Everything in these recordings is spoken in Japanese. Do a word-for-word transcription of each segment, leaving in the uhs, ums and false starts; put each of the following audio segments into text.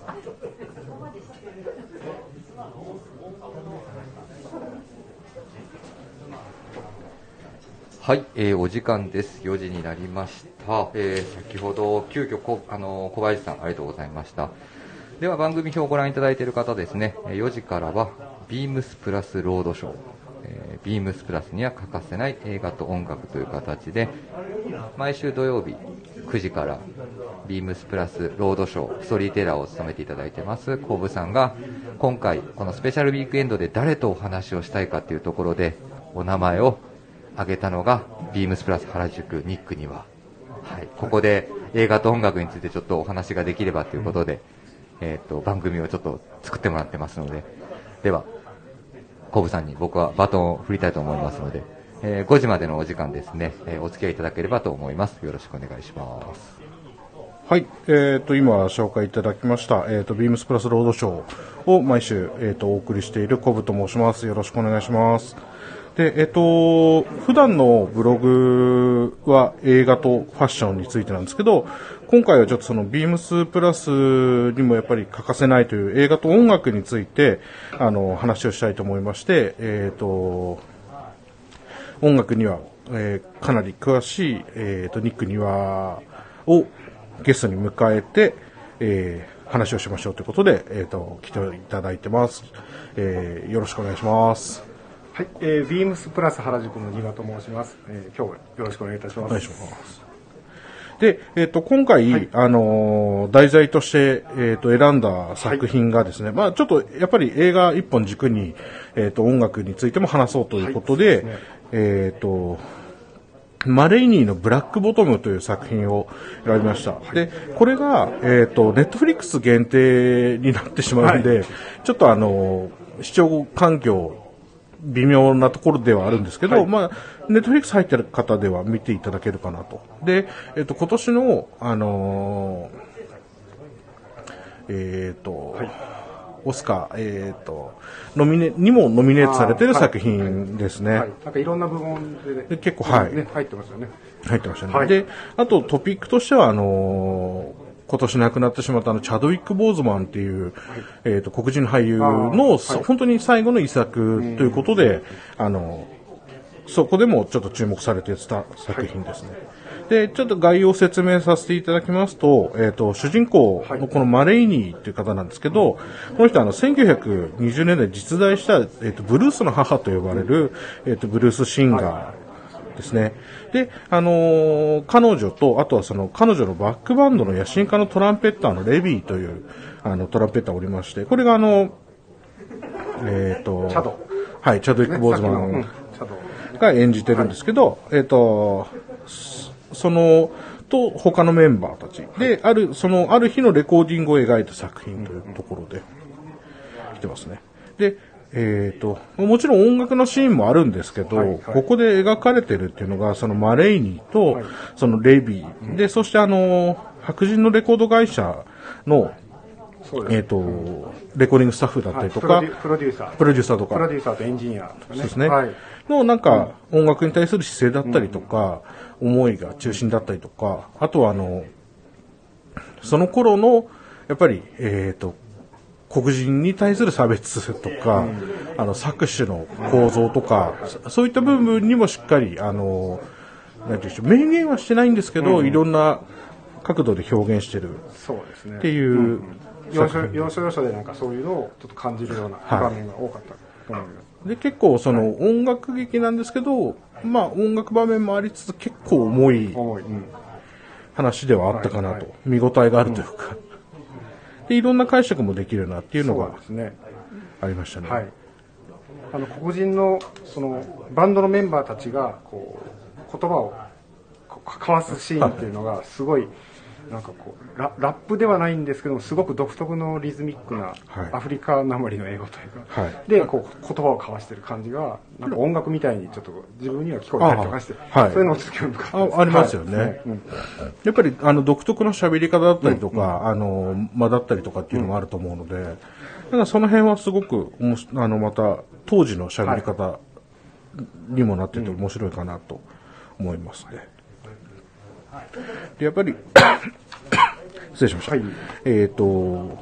はい、えー、お時間です。よじになりました。えー、先ほど急遽こあの小林さんありがとうございました。では番組表をご覧いただいている方ですね、よじからはビームスプラスロードショー、えー、ビームスプラスには欠かせない映画と音楽という形で毎週土曜日くじからビームスプラスロードショーストーリーテラーを務めていただいてますコブさんが今回このスペシャルウィークエンドで誰とお話をしたいかというところでお名前を挙げたのがビームスプラス原宿ニックには、はい、ここで映画と音楽についてちょっとお話ができればということで、えー、と番組をちょっと作ってもらってますので、ではコブさんに僕はバトンを振りたいと思いますので、えー、ごじまでのお時間ですね、えー、お付き合いいただければと思います。よろしくお願いします。 はい、えー、と今紹介いただきました、えー、とビームスプラスロードショーを毎週、えー、とお送りしているコブと申します。よろしくお願いします。で、えっと、普段のブログは映画とファッションについてなんですけど、今回はちょっとそのビームスプラスにもやっぱり欠かせないという映画と音楽についてあの話をしたいと思いまして、えっと、音楽には、えー、かなり詳しい、えー、とニックニワをゲストに迎えて、えー、話をしましょうということで、えー、と来ていただいてます。えー、よろしくお願いします。 はい、えー、ビームスプラス原宿の庭と申します。えー、今日はよろしくお願いいたします。お願いします。 で、えっ、ー、と今回、はい、あのー、題材として、えっ、ー、と選んだ作品がですね、はい、まあちょっとやっぱり映画一本軸に、えっ、ー、と音楽についても話そうということで、はい、ね、えっ、とマレイニーのブラックボトムという作品を選びました。はい、で、これが、えっ、と、ネットフリックス限定になってしまうんで、はい、ちょっとあの、視聴環境、微妙なところではあるんですけど、はい、まあ、ネットフリックス入ってる方では見ていただけるかなと。で、えっ、と、今年の、あのー、えっ、と、はい、オスカー、えっ、と、ノミネ、にもノミネートされている作品ですね。はいはい、 なんかいろんな部門で、ね、 で結構、はい、 ね。入ってますよね。 入ってましたね。はい、で、あとトピックとしては、あのー、今年亡くなってしまったあのチャドウィック・ボーズマンっていう、はい、えっ、と、黒人俳優の、はい、本当に最後の遺作ということで、あの、そこでもちょっと注目されていた作品ですね。はい、で、ちょっと概要を説明させていただきますと、えっ、と、主人公のこのマレイニーっていう方なんですけど、この人はあの、せんきゅうひゃくにじゅうねんだい実在した、えっ、と、ブルースの母と呼ばれる、えっ、と、ブルースシンガーですね。で、あのー、彼女と、あとはその、彼女のバックバンドの野心家のトランペッターのレビーという、あの、トランペッターおりまして、これがあの、えっ、と、 チャド。 はい、チャドウィック・ボーズマンが演じてるんですけど、はい、えっ、と、その、と、他のメンバーたち。で、ある、その、ある日のレコーディングを描いた作品というところで、来てますね。で、えっ、ー、と、もちろん音楽のシーンもあるんですけど、はいはい、ここで描かれてるっていうのが、そのマレイニーと、はい、そのレビー、うん、で、そしてあの、白人のレコード会社の、えっ、ー、と、レコーディングスタッフだったりとか、 はい、プロデューサー。 プロデューサーとか。 プロデューサーとエンジニアとかね。 そうですね。 はい、 の、なんか、音楽に対する姿勢だったりとか、うん、思いが中心だったりとか、あとはあの、その頃の、やっぱり、えっ、ー、と、黒人に対する差別とか、うん、あの搾取の構造とか、そういった部分にもしっかりあのなんていうんでしょう、明言はしてないんですけど、うん、いろんな角度で表現してるっていう、うん、 要所要所要所でなんかそういうのをちょっと感じるような場面が多かったと思います。 はい、で結構その音楽劇なんですけど、まあ音楽場面もありつつ結構重い話ではあったかなと、はいはい、見応えがあるというか。うんでいろんな解釈もできるなっていうのがありましたね。はい、 あの黒人のそのバンドのメンバーたちがこう言葉を交わすシーンっていうのがすごいなんかこう ラ, ラップではないんですけどもすごく独特のリズミックなアフリカなまりの英語というか、はい、でこう言葉を交わしてる感じがなんか音楽みたいにちょっと自分には聞こえたりとかして、はい、そういうのをちょっと興味深かったです。 あ, ありますよね。はい、うん、やっぱりあの独特の喋り方だったりとか、うんうん、あの間だったりとかっていうのもあると思うので、うん、だからその辺はすごくおもしあのまた当時の喋り方にもなってて面白いかなと思いますね。でやっぱり失礼しました。はい、えっ、ー、と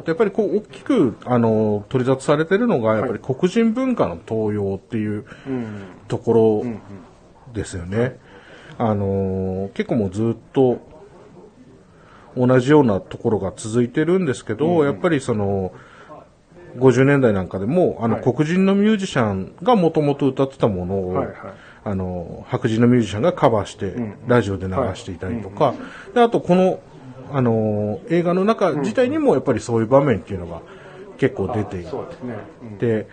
あとやっぱりこう大きくあの取り沙汰されているのがやっぱり黒人文化の登用っていうところですよね。あの結構もうずっと同じようなところが続いてるんですけど、うんうん、やっぱりそのごじゅうねんだいなんかでもあの、はい、黒人のミュージシャンがもともと歌ってたものを、はいはい、あの白人のミュージシャンがカバーして、うん、ラジオで流していたりとか、はい、であとこの、あの映画の中自体にもやっぱりそういう場面っていうのが結構出ていて、そうですね、うん、で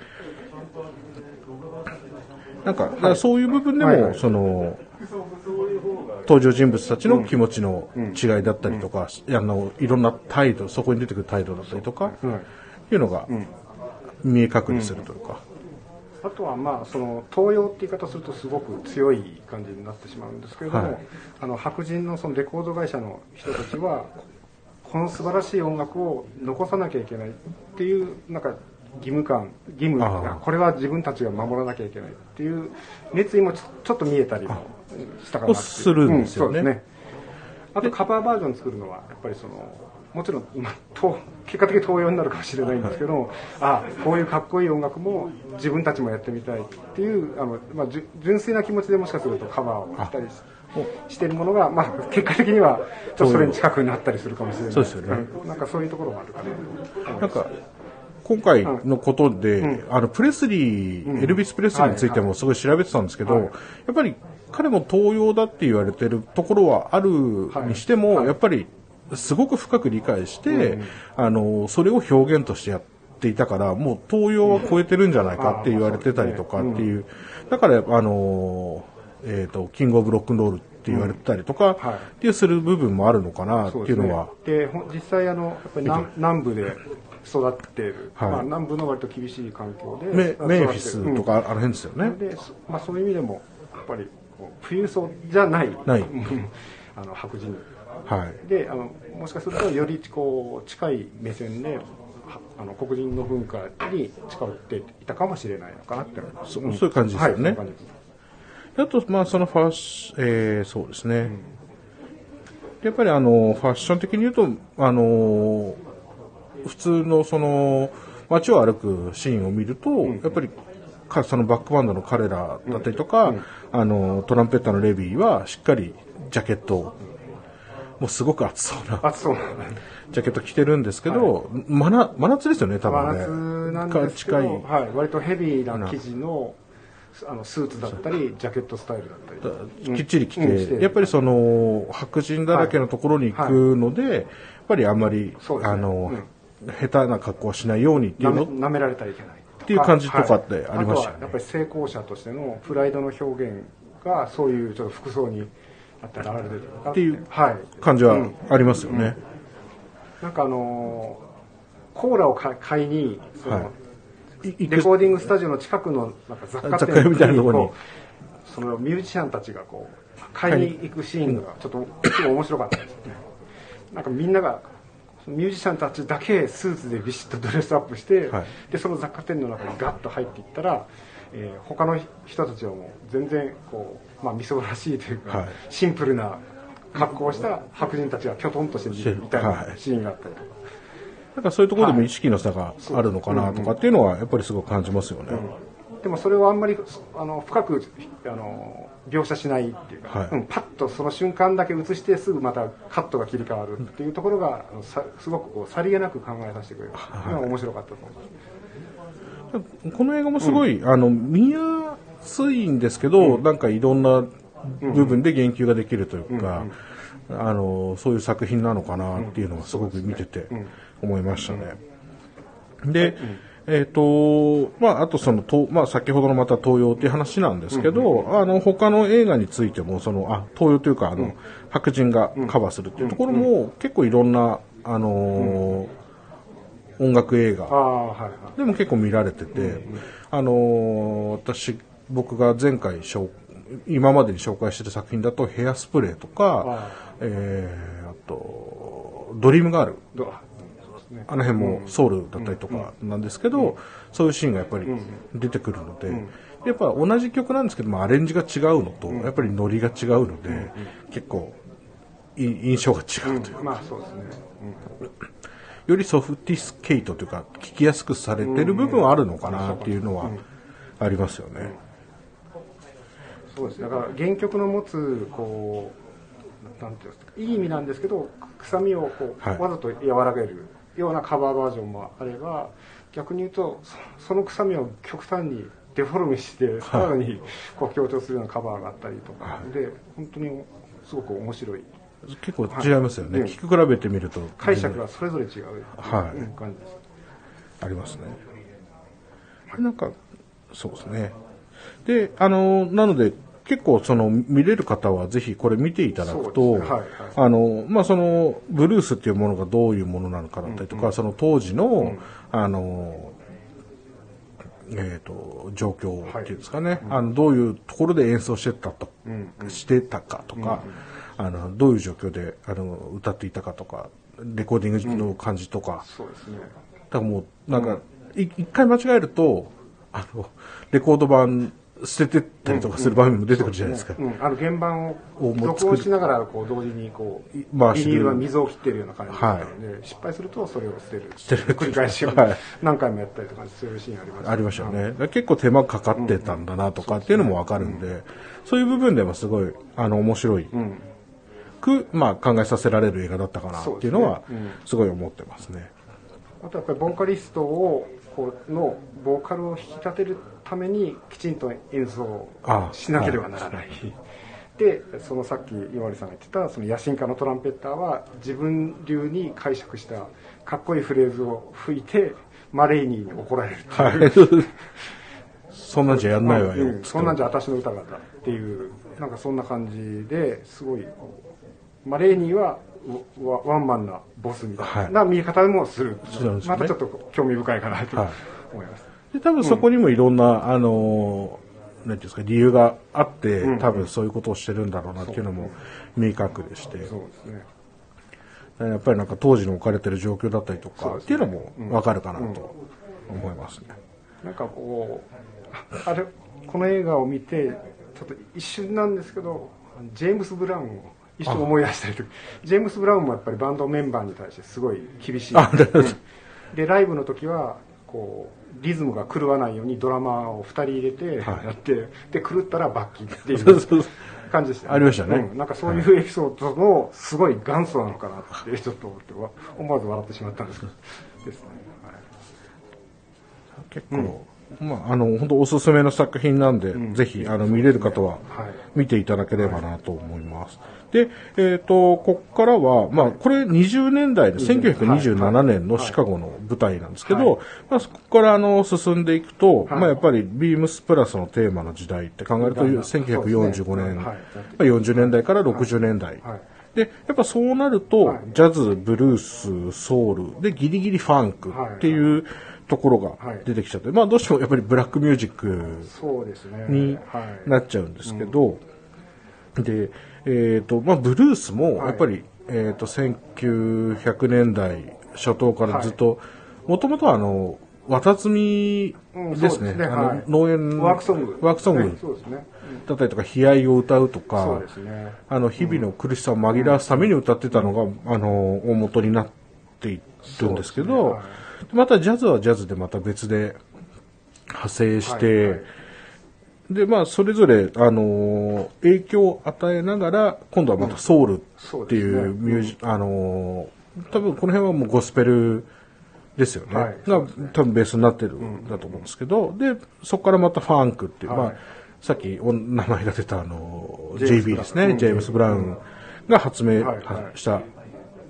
なんか、はい、そういう部分でも、はいはい、その登場人物たちの気持ちの違いだったりとか、うん、あのいろんな態度、そこに出てくる態度だったりとか、うん、いうのが見え隠れするというか、 うん、あとはまあその東洋って言い方するとすごく強い感じになってしまうんですけれども、はい、あの白人のそのレコード会社の人たちはこの素晴らしい音楽を残さなきゃいけないっていうなんか義務感、義務がこれは自分たちが守らなきゃいけないっていう熱意もちょ、ちょっと見えたりもしたかなってするんですよね。 うん、そうですね。あとカバーバージョン作るのはやっぱりそのもちろん、まあ、結果的に東洋になるかもしれないんですけども、ああこういうかっこいい音楽も自分たちもやってみたいっていうあの、まあ、純粋な気持ちでもしかするとカバーをしたりしているものが、まあ、結果的にはちょっとそれに近くなったりするかもしれない。 そうですよね。 なんかそういうところもあるかな。なんか今回のことで、うん、あのプレスリー、うん、エルビス・プレスリーについてもすごい調べてたんですけど、はいはい、やっぱり彼も東洋だって言われてるところはあるにしても、はいはい、やっぱりすごく深く理解して、うん、あのそれを表現としてやっていたからもう東洋は超えてるんじゃないかって言われてたりとかっていう、だからあの、えーと、キングオブロックンロールって言われてたりとか、うんはい、っていうする部分もあるのかなっていうのは。 で、ね、実際あのやっぱり 南, 南部で育っている、はい、まあ、南部の割と厳しい環境でメンフィスとかあの辺ですよね。 で、まあ、そういう意味でもやっぱり富裕層じゃないないあの白人、 はい、 であのもしかするとよりこう近い目線であの黒人の文化に近寄っていたかもしれないのかなって思います。 そ, そういう感じですよね。はい、あとまあそのファッシ、えー、そうですね、うん、やっぱりあのファッション的に言うとあの普通のその街を歩くシーンを見ると、うん、やっぱりそのバックバンドの彼らだったりとか、うんうん、あのトランペッターのレビーはしっかりジャケットを、もうすごく暑そうな暑そうなジャケット着てるんですけど、はい、真, な真夏ですよね多分ね。 真夏なんですけど、はい、割とヘビーな生地のあのスーツだったりジャケットスタイルだったりきっちり着て、うん、やっぱりその白人だらけのところに行くので、はいはい、やっぱりあんまり、ね、あの、うん、下手な格好をしないようにっていうのなめられたらいけないっていう感じとかってありましたよね。 あとはやっぱり成功者としてのプライドの表現がそういうちょっと服装にあって現れてるっていう感じはありますよね。うんうん、 なんかあのー、コーラを買いにその、はい、レコーディングスタジオの近くのなんか雑貨店みたいなところにそのミュージシャンたちがこう買いに行くシーンがちょっと結構面白かったですね。なんかみんながミュージシャンたちだけスーツでビシッとドレスアップして、はい、でその雑貨店の中にガッと入っていったら、えー、他の人たちはもう全然こう、まあ、みそらしいというか、はい、シンプルな格好をした白人たちがきょとんとしてるみたいなシーンがあったりとか、 なんかそういうところでも意識の差があるのかなとかっていうのはやっぱりすごく感じますよね。 うん、でもそれをあんまりあの深くあの描写しないっていうか、はい、うん、パッとその瞬間だけ映してすぐまたカットが切り替わるっていうところがさすごくこうさりげなく考えさせてくれるっていうのが面白かったと思います。 はい、この映画もすごい、うん、あの見やすいんですけど、うん、なんかいろんな部分で言及ができるというか、うんうん、あのそういう作品なのかなっていうのがすごく見てて思いましたね。うん、で、えっ、ー、と、まあ、あとその、まあ、先ほどのまた東洋っていう話なんですけど、うんうん、あの、他の映画についても、その、あ、東洋というか、あの、うん、白人がカバーするっていうところも、うん、結構いろんな、あのー、音楽映画でも結構見られてて、うんうん、あのー、私、僕が前回紹今までに紹介してる作品だと、ヘアスプレーとか、あ, えー、あと、ドリームガール。あの辺もソウルだったりとかなんですけど、うん、そういうシーンがやっぱり出てくるので、うん、やっぱ同じ曲なんですけども、アレンジが違うのと、やっぱりノリが違うので、うん、結構印象が違うというか、 まあそうですね。 よりソフティスケートというか聞きやすくされてる部分はあるのかなっていうのはありますよね。 そうです。だから原曲の持つこうなんていうんですか、いい意味なんですけど臭みをこう、はい、わざと和らげるようなカバーバージョンもあれば、逆に言うと そ, その臭みを極端にデフォルメしてさらにこう強調するようなカバーがあったりとか、はい、で本当にすごく面白い。 結構違いますよね。はい、聞き比べてみると解釈がそれぞれ違う、 はい、 感じです。 ありますね。なんかそうですね。で、あのなので結構その見れる方はぜひこれ見ていただくと、ね、はいはい、あのまあそのブルースっていうものがどういうものなのかだったりとか、うんうん、その当時の、うん、あのえーと状況っていうんですかね、はい、あのどういうところで演奏してたと、うんうん、してたかとか、うんうん、あのどういう状況であの歌っていたかとか、レコーディングの感じとか、 うん、そうですね。 だからもうなんか一、うん、回間違えるとあのレコード版捨ててったりとかする場面も出てくるじゃないですか。 うんうんうん、あの原版を録音しながらこう同時にこうビニールは水を切ってるような感じなので、はい、失敗するとそれを捨てる。捨てる繰り返しを何回もやったりとかそういうシーンありました。 ありましたよね。うん、結構手間かかってたんだなとかっていうのもわかるんで、うんうん、そういう部分でもすごいあの面白い、うん、くまあ考えさせられる映画だったかなっていうのはすごい思ってますね。 あとやっぱりボーカリストをこうのボーカルを引き立てるためにきちんと演奏しなければならない。で、そのさっき岩森さんが言ってたその野心家のトランペッターは自分流に解釈したかっこいいフレーズを吹いてマレーニーに怒られるっていう、はい、 そんなんじゃやんないわよ、うん、 そんなんじゃ私の歌がだっていうなんかそんな感じですごいマレーニーはワンマンなボスみたいな見え方もする、はい、またちょっと興味深いかなと思います、はい、 で多分そこにもいろんな、うん、あのなんていうんですか理由があって、うん、多分そういうことをしてるんだろうなっていうのも明確でして、そうですね、やっぱりなんか当時の置かれてる状況だったりとか、ね、っていうのも分かるかなと思いますね、 うん、なんかこうあれこの映画を見てちょっと一瞬なんですけどジェームス・ブラウンを一瞬思い出したりとか、ジェームス・ブラウンもやっぱりバンドメンバーに対してすごい厳しい、でライブの時はこうリズムが狂わないようにドラマーをふたり入れてやって、はい、で狂ったらバッキーっていう感じでした、ね、 ありましたね、 うん、なんかそういうエピソードのすごい元祖なのかなってちょっと思って思わず笑ってしまったんですけどですね、はい、 結構、うんまあ、あの本当おすすめの作品なんで、うん、ぜひあの見れる方は見ていただければなと思います。で、えっとここからはまあこれにじゅうねんだいでせんきゅうひゃくにじゅうななねんのシカゴの舞台なんですけど、まあそこからあの進んでいくと、まあやっぱりビームスプラスのテーマの時代って考えるとせんきゅうひゃくよんじゅうごねん、まあよんじゅうねんだいからろくじゅうねんだい。でやっぱそうなると、ジャズ、ブルース、ソウルでギリギリファンクっていうところが出てきちゃって、はい、まあどうしてもやっぱりブラックミュージックになっちゃうんですけど、はい、で、えっと、まあブルースもやっぱり、はい、えっと、せんきゅうひゃくねんだい初頭からずっと、もともとはあの、綿摘みですね。うん、あの、はい、農園ワークソング。 ワークソング。 そうですね。 だったりとか、悲哀を歌うとか、そうですね。あの、日々の苦しさを紛らわすために歌ってたのが、うん、あの、大元になっているんですけど、またジャズはジャズでまた別で派生して、はいはい、でまあそれぞれあのー、影響を与えながら今度はまたソウルっていうミュージ、うんねうん、あのー、多分この辺はもうゴスペルですよね、はい、が多分ベースになってるんだと思うんですけど、うん、でそこからまたファンクっていう、はい、まあさっき名前が出たあのー、ジェイビー ですね、ジェームス・ブラウンが発明した、はいはい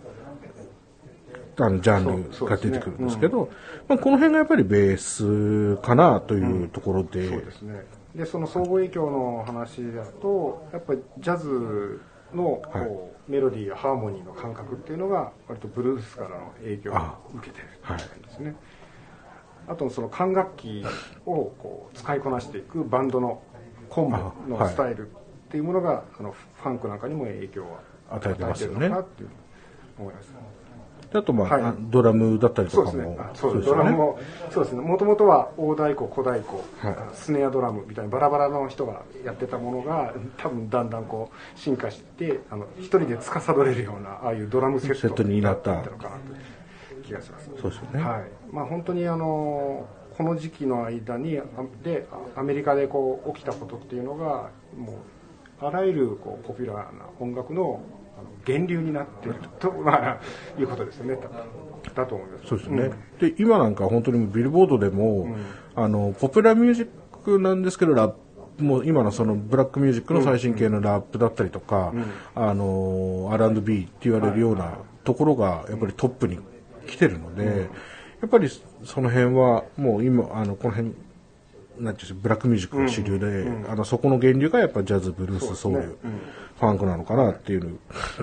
あのジャンルが出てくるんですけど、ねうんまあ、この辺がやっぱりベースかなというところで、うん、そうですね。 でその相互影響の話だとやっぱりジャズのこう、はい、メロディーやハーモニーの感覚っていうのが割とブルースからの影響を受けてるみたいですね。はい、あとその管楽器をこう使いこなしていくバンドのコンボのスタイルっていうものが、はい、あのファンクなんかにも影響を与えてますよね。っていう思います。 あとまあ、はい、ドラムだったりとかも、そうですね。 そうですね。ドラムもそうですね。もともとは大太鼓、小太鼓、はい、スネアドラムみたいなバラバラの人がやってたものが多分だんだんこう進化して、あの一人で司れるようなああいうドラムセットになったのかなと気がします。 そうですよね。 はい。まあ本当にあのこの時期の間にでアメリカでこう起きたことっていうのがもうあらゆるこうポピュラーな音楽の源流になっていると、まあ、いうことですよね。だと思います。 そうですね。うん、で今なんか本当にビルボードでも、うん、あのポピュラーミュージックなんですけどラップもう今のそのブラックミュージックの最新系のラップだったりとか、うん、あの アールアンドビー って言われるようなところがやっぱりトップに来てるので、うん、やっぱりその辺はもう今あのこの辺なんていうブラックミュージックが主流で、うんうん、あのそこの源流がやっぱジャズブルースソウル、ねうん、ファンクなのかなっていう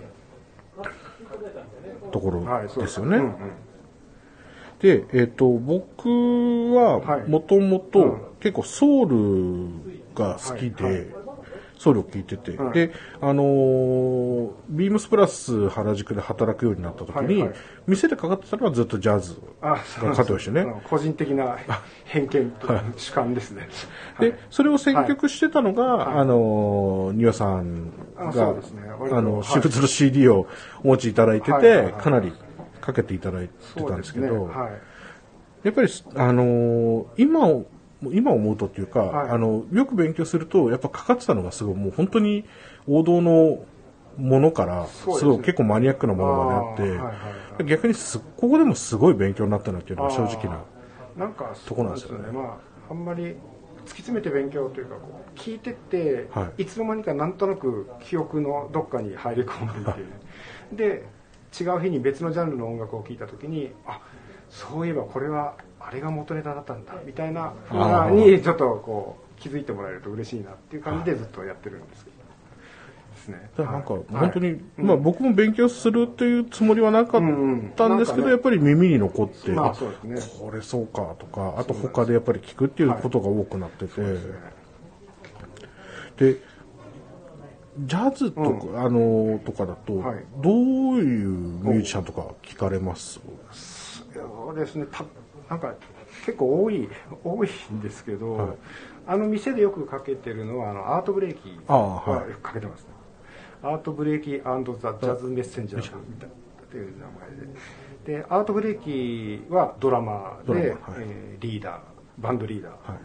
ところですよね。はいうんうん、で、えっと僕はもともと結構ソウルが好きで、はいはい、ソウルを聴いてて、はい、であのー、ビームスプラス原宿で働くようになった時に、はいはい、店でかかってたのはずっとジャズがかかってましたね。 個人的な偏見と主観ですね。 はい、でそれを選曲してたのが、はい、あのー、丹羽さんが、ね、あの私物の シーディー をお持ちいただいてて、はいはいはいはい、かなりかけていただいてたんですけど、ねはい、やっぱりあのー、今を今思うとっていうか、はい、あのよく勉強するとやっぱかかってたのがすごいもう本当に王道のものからすごい結構マニアックなものまであって、はいはいはい、逆にすここでもすごい勉強になったなっていうのが正直ななんかとこなんですよね。 まああんまり突き詰めて勉強というかこう聞いてって、はい、いつの間にかなんとなく記憶のどっかに入り込んでいて、はい、で違う日に別のジャンルの音楽を聴いた時にあそういえばこれはあれが元ネタだったんだみたいなふうなにちょっとこう気づいてもらえると嬉しいなっていう感じでずっとやってるんですけどですね。 なんか本当に、はい、まあ僕も勉強するというつもりはなかったんですけど、うんうんね、やっぱり耳に残って、まあそうですね、これそうかとか、あと他でやっぱり聞くっていうことが多くなってて、はい、でジャズとか、うん、あのとかだと、はい、どういうミュージシャンとか聞かれます？ そうですね。たなんか結構多い多いんですけど、はい、あの店でよくかけてるのはあのアートブレーキはよくかけてますね。アートブレーキ&ザ・ジャズ・メッセンジャーみたいなという名前で、でアートブレーキはドラマーで、はいえー、リーダーバンドリーダー、はい、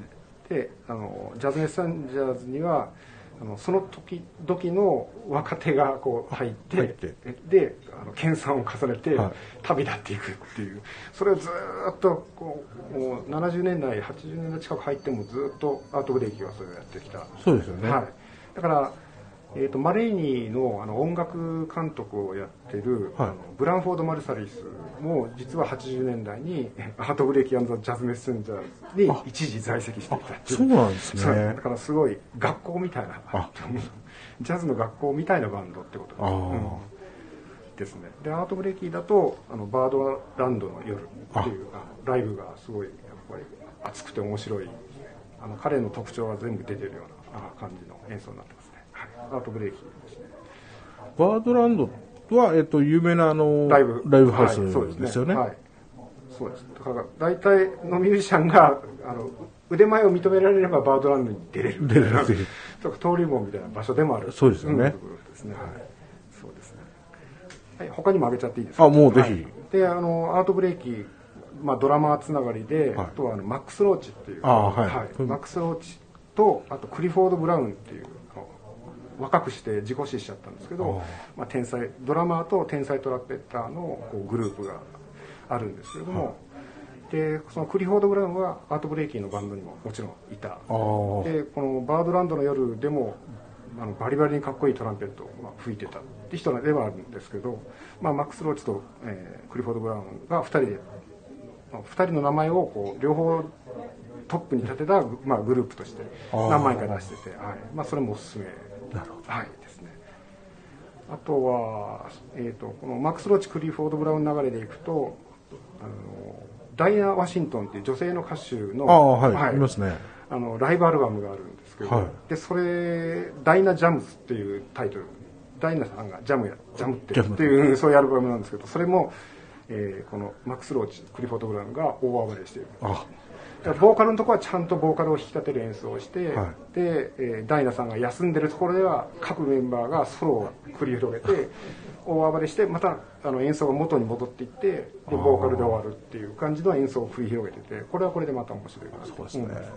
であのジャズ・メッセンジャーズにはあのその時々の若手がこう入って、入ってであの研鑽を重ねて旅立っていくっていう、はい、それをずっとこうもうななじゅうねんだいはちじゅうねんだい近く入ってもずっとアートブレーキはそれをやってきた。 そうですよね、 はい、だからえー、とマレーニー の, あの音楽監督をやってる、はい、あのブランフォード・マルサリスも実ははちじゅうねんだいにアートブレーキ&ザ・ジャズ・メッセンジャーズに一時在籍していたっていう。 そうなんですね。 だからすごい学校みたいなジャズの学校みたいなバンドってことです、うん、ですね。でアートブレーキだとあのバードランドの夜っていうあのライブがすごいやっぱり熱くて面白い、あの彼の特徴が全部出てるような感じの演奏になってます。アートブレーキですね。 バードランドは、えっと、有名なあのライブ、 ライブハウスですよね。 はい、そうです。だから大体のミュージシャンがあの腕前を認められればバードランドに出れる。 出れる。 登竜門みたいな場所でもある。 そうですよね。 ですね。はい。そうですね。はい。他にも挙げちゃっていいですか。 あ、もうぜひ。 はい、で、あのアートブレーキ、まあドラマーつながりで、はい、あとはあのマックスローチっていう、 あ、はい、 はい。マックスローチとあとクリフォード・ブラウンっていう。若くして自己死しちゃったんですけど、まあ、天才ドラマーと天才トランペッターのこうグループがあるんですけれども、はい、でそのクリフォード・ブラウンはアートブレーキのバンドにももちろんいた。でこのバードランドの夜でもあのバリバリにかっこいいトランペットをまあ吹いてたって人ではあるんですけど、まあ、マックス・ローチと、えー、クリフォード・ブラウンがふたりで、まあ、ふたりの名前をこう両方トップに立てた、まあ、グループとして何枚か出してて、はいまあ、それもおすすめ。 なるほど。 はいですね。あとは、えー、とこのマックス・ローチ・クリフォード・ブラウン流れでいくとあのダイナ・ワシントンっていう女性の歌手のあ、はいはい、いますね。 あのライブアルバムがあるんですけど、はい、でそれダイナ・ジャムズっていうタイトル、ダイナさんがジャムやジャムってっていうそういうアルバムなんですけど、それも、えー、このマックス・ローチ・クリフォード・ブラウンが大暴れしている。 あボーカルのところはちゃんとボーカルを引き立てる演奏をして、 はい、 で、えー、ダイナさんが休んでるところでは各メンバーがソロを繰り広げて大暴れしてまたあの演奏が元に戻っていってでボーカルで終わるっていう感じの演奏を繰り広げててこれはこれでまた面白いな。 そうですね、うん、はい、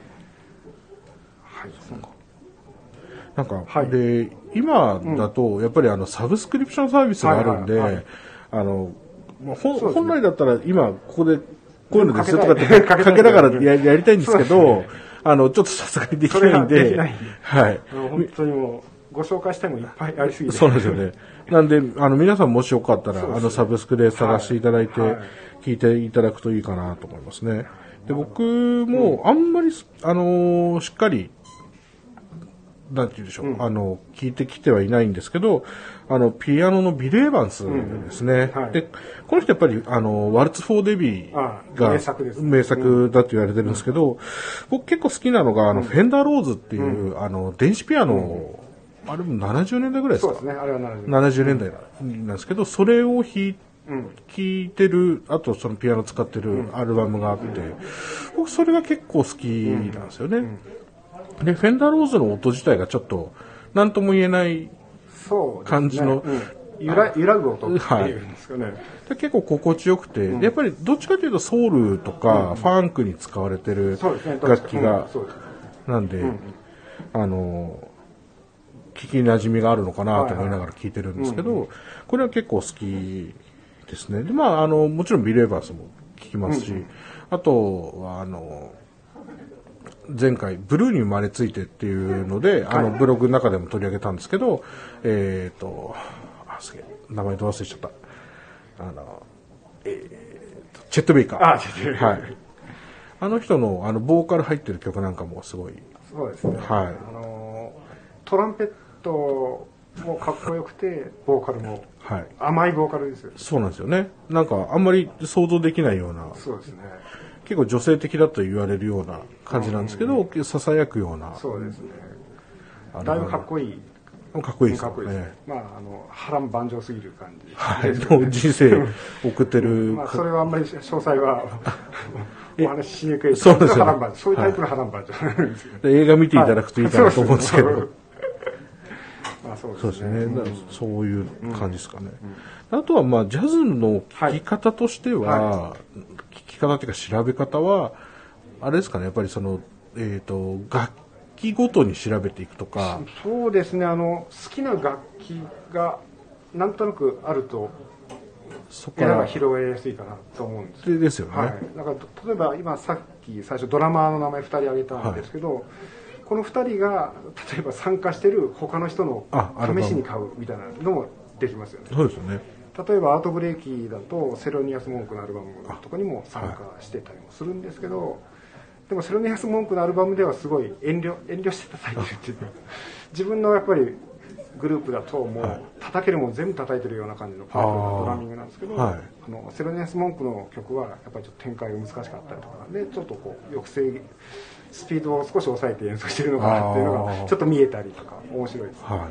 そうかなんか、 はい、 で今だとやっぱりあのサブスクリプションサービスがあるんで、はいはいはい、あのほ、ね、本来だったら今ここでこういうのですよとかってかけながら や, やりたいんですけど、あのちょっとさすがにできないんで、はい、 本当にもうご紹介したいもいっぱいありすぎて、 そうなんですよね。なんであの皆さんもしよかったらあのサブスクで探していただいて、はいはい、聞いていただくといいかなと思いますね。で僕もあんまりあのしっかりなんて言うでしょう、うん、あの聞いてきてはいないんですけど、あのピアノのビル・エヴァンスですね、うんはい、でこの人やっぱりあのワルツ・フォー・デビーが名作です、 名作だと言われてるんですけど、うん、僕結構好きなのがあの、うん、フェンダー・ローズっていう、うん、あの電子ピアノを、うん、あれもななじゅうねんだいぐらいですか。 そうですね、あれはななじゅうねんだい、 ななじゅうねんだいなんですけど、それを弾いうん、聴いてる、あとそのピアノ使ってるアルバムがあって、うん、僕それが結構好きなんですよね、うんうん、でフェンダーローズの音自体がちょっと何とも言えない感じの、 ねうん、揺ら、揺らぐ音っていうんですかね、はい、 で結構心地よくて、うん、やっぱりどっちかというとソウルとかファンクに使われてる楽器が、なんで、うん、あの聞き馴染みがあるのかなと思いながら聞いてるんですけど、はいはい、これは結構好きですね。で、まあ、あの、もちろんビル・エヴァンスも聞きますし、うんうん、あとは、あの、前回、ブルーに生まれついてっていうので、あの、ブログの中でも取り上げたんですけど、えっと、あ、すげえ、名前と忘れちゃった。あの、えーと、チェット・ベイカー。 あ、チェット・ベイカー。はい。 あの人の、あの、ボーカル入ってる曲なんかもすごい。 そうですね。 はい。 あの、トランペット、もうかっこよくてボーカルも甘いボーカルですよ、ね、 はい、そうなんですよね。なんかあんまり想像できないような、 そうですね、 結構女性的だと言われるような感じなんですけど、うん、ささやくような、 そうですね、だいぶかっこいい、 かっこいいですね。 かっこいいですね。まああの波乱万丈すぎる感じ、 はい、もう人生送ってる、 まあそれはあんまり詳細はお話ししにくい。 そうですよね。 そういうタイプの波乱万丈なんですけど、 映画見ていただくといいかなと思うんですけど。はいまあ、そうですね。 そうですね、うん、そういう感じですかね。うんうん、あとは、まあ、ジャズの聴き方としては、はい、聴き方というか調べ方は、あれですかね、やっぱりその、えっと、楽器ごとに調べていくとか。 そうですね、あの、好きな楽器がなんとなくあると、そこから広げやすいかなと思うんです。 ですよね。 はい。だから、例えば今さっき最初ドラマーの名前ふたり挙げたんですけど、はい、このふたりが例えば参加してる他の人の試しに買うみたいなのもできますよね。 そうですよね。 例えばアートブレーキだとセロニアス・モンクのアルバムとかにも参加してたりもするんですけど、はい、でもセロニアス・モンクのアルバムではすごい遠慮遠慮して叩いてるっていうか、自分のやっぱりグループだともう叩けるもん全部叩いてるような感じのパワフルなドラミングなんですけど、はい、あのセロニアス・モンクの曲はやっぱりちょっと展開が難しかったりとかで、ちょっとこう抑制スピードを少し抑えて演奏してるのかなっていうのがちょっと見えたりとか面白いですね、はい、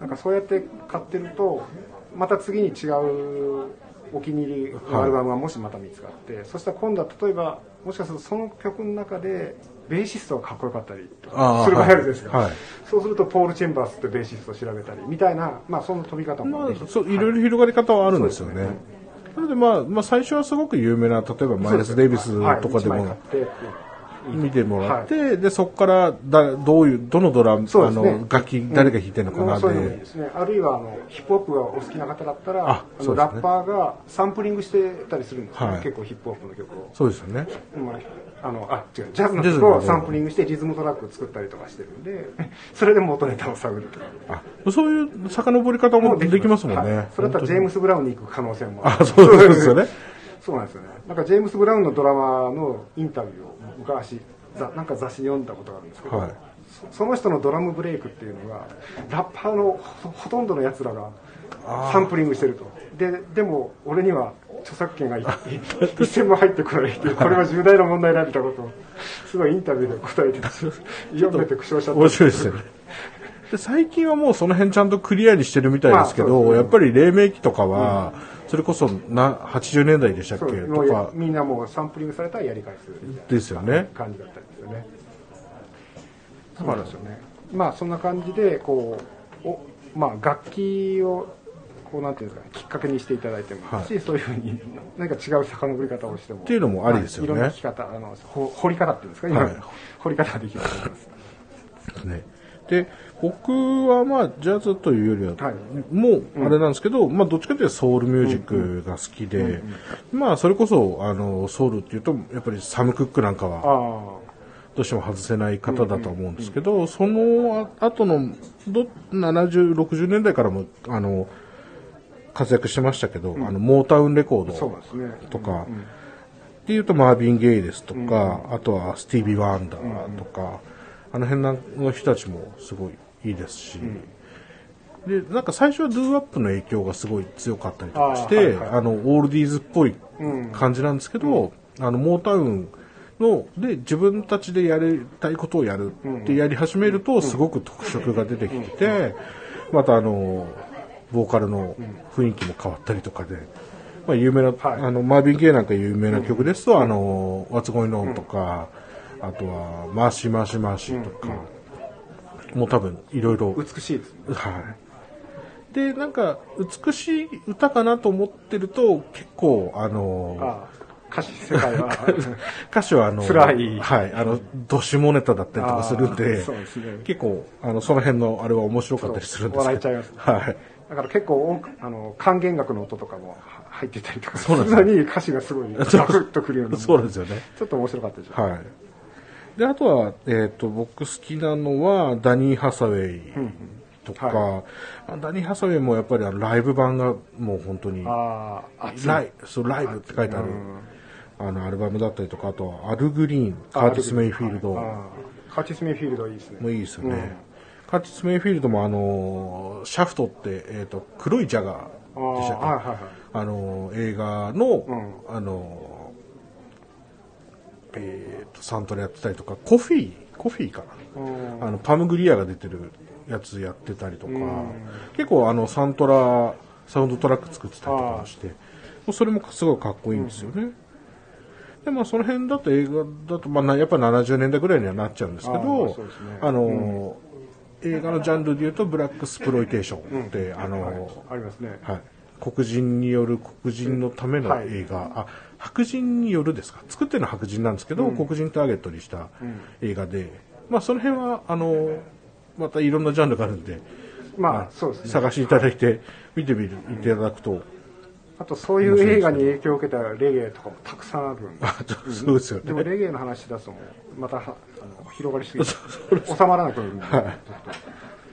なんかそうやって買ってるとまた次に違うお気に入りのアルバムがもしまた見つかって、はい、そしたら今度は例えばもしかするとその曲の中でベーシストがかっこよかったりとかする場合あるじゃないですか、はいはい、そうするとポール・チェンバースってベーシストを調べたりみたいな、まあその飛び方もできる、 まあ、そういろいろ広がり方はあるんですよね。なので、まあ、まあ最初はすごく有名な例えばマイルス・デイビスとかでも見てもらって、はい、でそこからだどういうどのドラム、ね、あの楽器誰が弾いてるのかなで、うん、そういうのいいですね。 あるいはあのヒップホップがお好きな方だったら ああの、ね、ラッパーがサンプリングしてたりするんですね、はい、結構ヒップホップの曲を。 そうですよね。 まあ、あのあ違うジャズの曲をサンプリングしてリズムトラックを作ったりとかしてるんで、それで元ネタを探るとか。 あ、そういう遡り方もできますもんね。はい、 それだったらジェームス・ブラウンに行く可能性もある。あ、そうですよね。 そうなんですよね。なんかジェームス・ブラウンのドラマのインタビューを昔なんか雑誌に読んだことがあるんですけど、はい、そ, その人のドラムブレイクっていうのがラッパーの ほ, ほとんどのやつらがサンプリングしてると。ででも俺には著作権が一銭も入ってこないっていう、これは重大な問題だみたいなことをすごいインタビューで答えて読めて苦笑しちゃった。 面白いですよね。で最近はもうその辺ちゃんとクリアにしてるみたいですけど、まあね、やっぱり黎明期とかは、うん、 それこそなはちじゅうねんだいでしたっけそうとかみんなもうサンプリングされたらやり返すみたいなですよね感じだったんですよね。そうなんですよね。まあそんな感じでこうお、まあ、楽器をこうなんていうんですかね、きっかけにしていただいてもいいし、はい、そういうふうに何か違う遡り方をしてもっていうのもありですよね。 はい、いろんな弾き方、あの掘り方っていうんですか、今、はい、掘り方ができると思います。 ね。で、僕はまあジャズというよりは、はい、もうあれなんですけど、うん、まあどっちかというとソウルミュージックが好きで、うんうんうん、まあそれこそあのソウルっていうとやっぱりサム・クックなんかはどうしても外せない方だと思うんですけど、うんうんうん、その後のどななじゅう、ろくじゅうねんだいからもあの活躍してましたけど、うん、あのモータウンレコードとか、ね、うんうん、っていうとマービン・ゲイですとか、うん、あとはスティービー・ワンダーとか、うんうん、あの辺の人たちもすごいいいですし、うん、でなんか最初はドゥーアップの影響がすごい強かったりとかして、あ、はいはい、あのオールディーズっぽい感じなんですけど、うん、あのモータウンので自分たちでやりたいことをやるってやり始めるとすごく特色が出てきて、またあのボーカルの雰囲気も変わったりとかで、まあ、有名な、はい、あのマービン・ゲイなんか有名な曲ですと、うん、あの What's Going On とか、うん、あとはマーシーマーシーマーシーとか、うん、もう多分いろいろ美しいですね。 はい。でなんか美しい歌かなと思ってると結構あのああ歌詞世界は歌詞はあの辛い、 はいあのドシモネタだったりとかするんで、 そうですね、 結構あのその辺のあれは面白かったりするんですけど、 笑えちゃいます、ね、 はい。 だから結構あの管弦楽の音とかも入ってたりとかするのに歌詞がすごいガクッとくるようなそうですよね。 ちょっと面白かったですよ、 はい。であとはえっ、ー、と僕好きなのはダニー・ハサウェイとか、うんはい、ダニー・ハサウェイもやっぱりあのライブ版がもう本当にあライそうライブって書いてある、うん、あのアルバムだったりとか、あとはアル・グリーン、カーティス・メイフィールド、 カーティス・メイフィールドいいですね。 もういいですよね。うん、カーティス・メイフィールドもあのシャフトって、えー、と黒いジャガーでしたっけ、あ、はいはい、あの映画の、うん、あのえー、とサントラやってたりとか、コフィーコフィーかな、うん、あのパムグリアが出てるやつやってたりとか、うん、結構あのサントラサウンドトラック作ってたりとかして、それもすごいかっこいいんですよね。うん、でまあその辺だと映画だと、まあ、やっぱりななじゅうねんだいぐらいにはなっちゃうんですけど、あ、まあそうですね、あの、うん、映画のジャンルでいうとブラックスプロイテーションって、うん、あの、はい、 ありますね、 はい、黒人による黒人のための映画、はい、あ白人によるですか、作ってるのは白人なんですけど、うん、黒人ターゲットにした映画で、まあその辺はあのまたいろんなジャンルがあるんで、 まあそうですね、 探していただいて見てみる、いただくと。 あとそういう映画に影響を受けたレゲエとかもたくさんあるんで、 うん、そうですよね。 でもレゲエの話出すともまたあの広がりすぎて収まらなくなるんで、はい、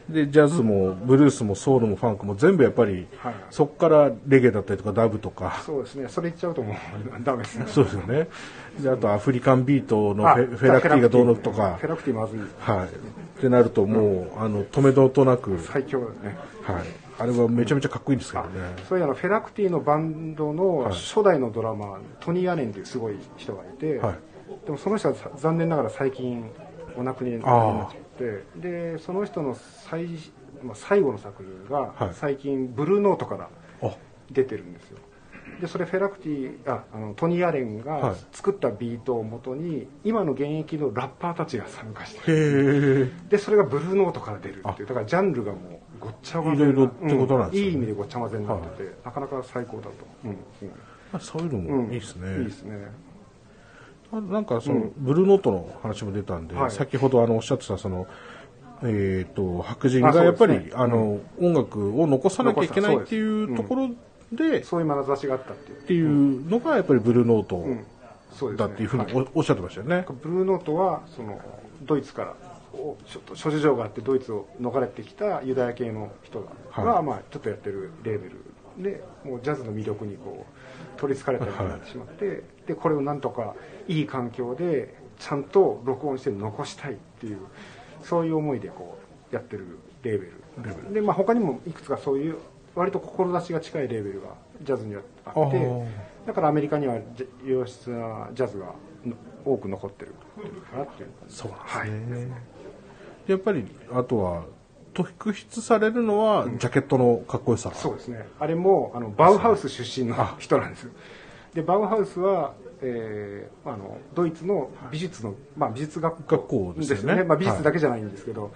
でジャズもブルースもソウルもファンクも全部やっぱり、はい、そこからレゲエだったりとかダブとか、 そうですね、それ言っちゃうともうダメですね。 そうですよね。であとアフリカンビートのフェ、フェラクティがどうのとか、 フェラクティまずい、 はい、ってなるともう、うん、あの止めどとなく最強ですね。 はい。あれはめちゃめちゃかっこいいんですけどね。 そういうあのフェラクティのバンドの初代のドラマー、はい、トニー・アレンというすごい人がいて、はい、でもその人は残念ながら最近お亡くなりになっちゃって、でその人の 最,、まあ、最後の作品が最近ブルーノートから出てるんですよ。でそれフェラクティああのトニー・アレンが作ったビートをもとに今の現役のラッパーたちが参加してる。でそれがブルーノートから出るっていう、だからジャンルがもうごっちゃ混ぜいろいろってことなんですね、 うん、いい意味でごっちゃ混ぜになってて、はい、なかなか最高だと、うんうん、 あそういうのもいいですね、 うん、いいですね。 なんかその、うん、ブルーノートの話も出たんで、はい、先ほどあのおっしゃってたそのえー、と白人がやっぱりあ、ね、あの、うん、音楽を残さなきゃいけないっていうところで、 そういう眼差しがあったっていうっていうのがやっぱりブルーノートだっていうふうに お,、おっしゃってましたよね。 ブルーノートはそのドイツからちょっと諸事情があってドイツを逃れてきたユダヤ系の人が、はい、まあちょっとやってるレーベルでもうジャズの魅力にこう取りつかれたようになってしまって、はい、でこれをなんとかいい環境でちゃんと録音して残したいっていうそういう思いでこうやってるレーベル、レーベルで、まあ、他にもいくつかそういう割と志が近いレーベルがジャズにはあってだからアメリカには良質なジャズが多く残ってるからっていう。 そうなんですね、はい、やっぱりあとは特筆されるのは、ジャケットのかっこよさ。 そうですね。あれも、あの、バウハウス出身の人なんですよ。で、バウハウスは、えー、あの、ドイツの美術の、まあ美術学校ですよね。 学校ですよね。 まあ美術だけじゃないんですけど、はい、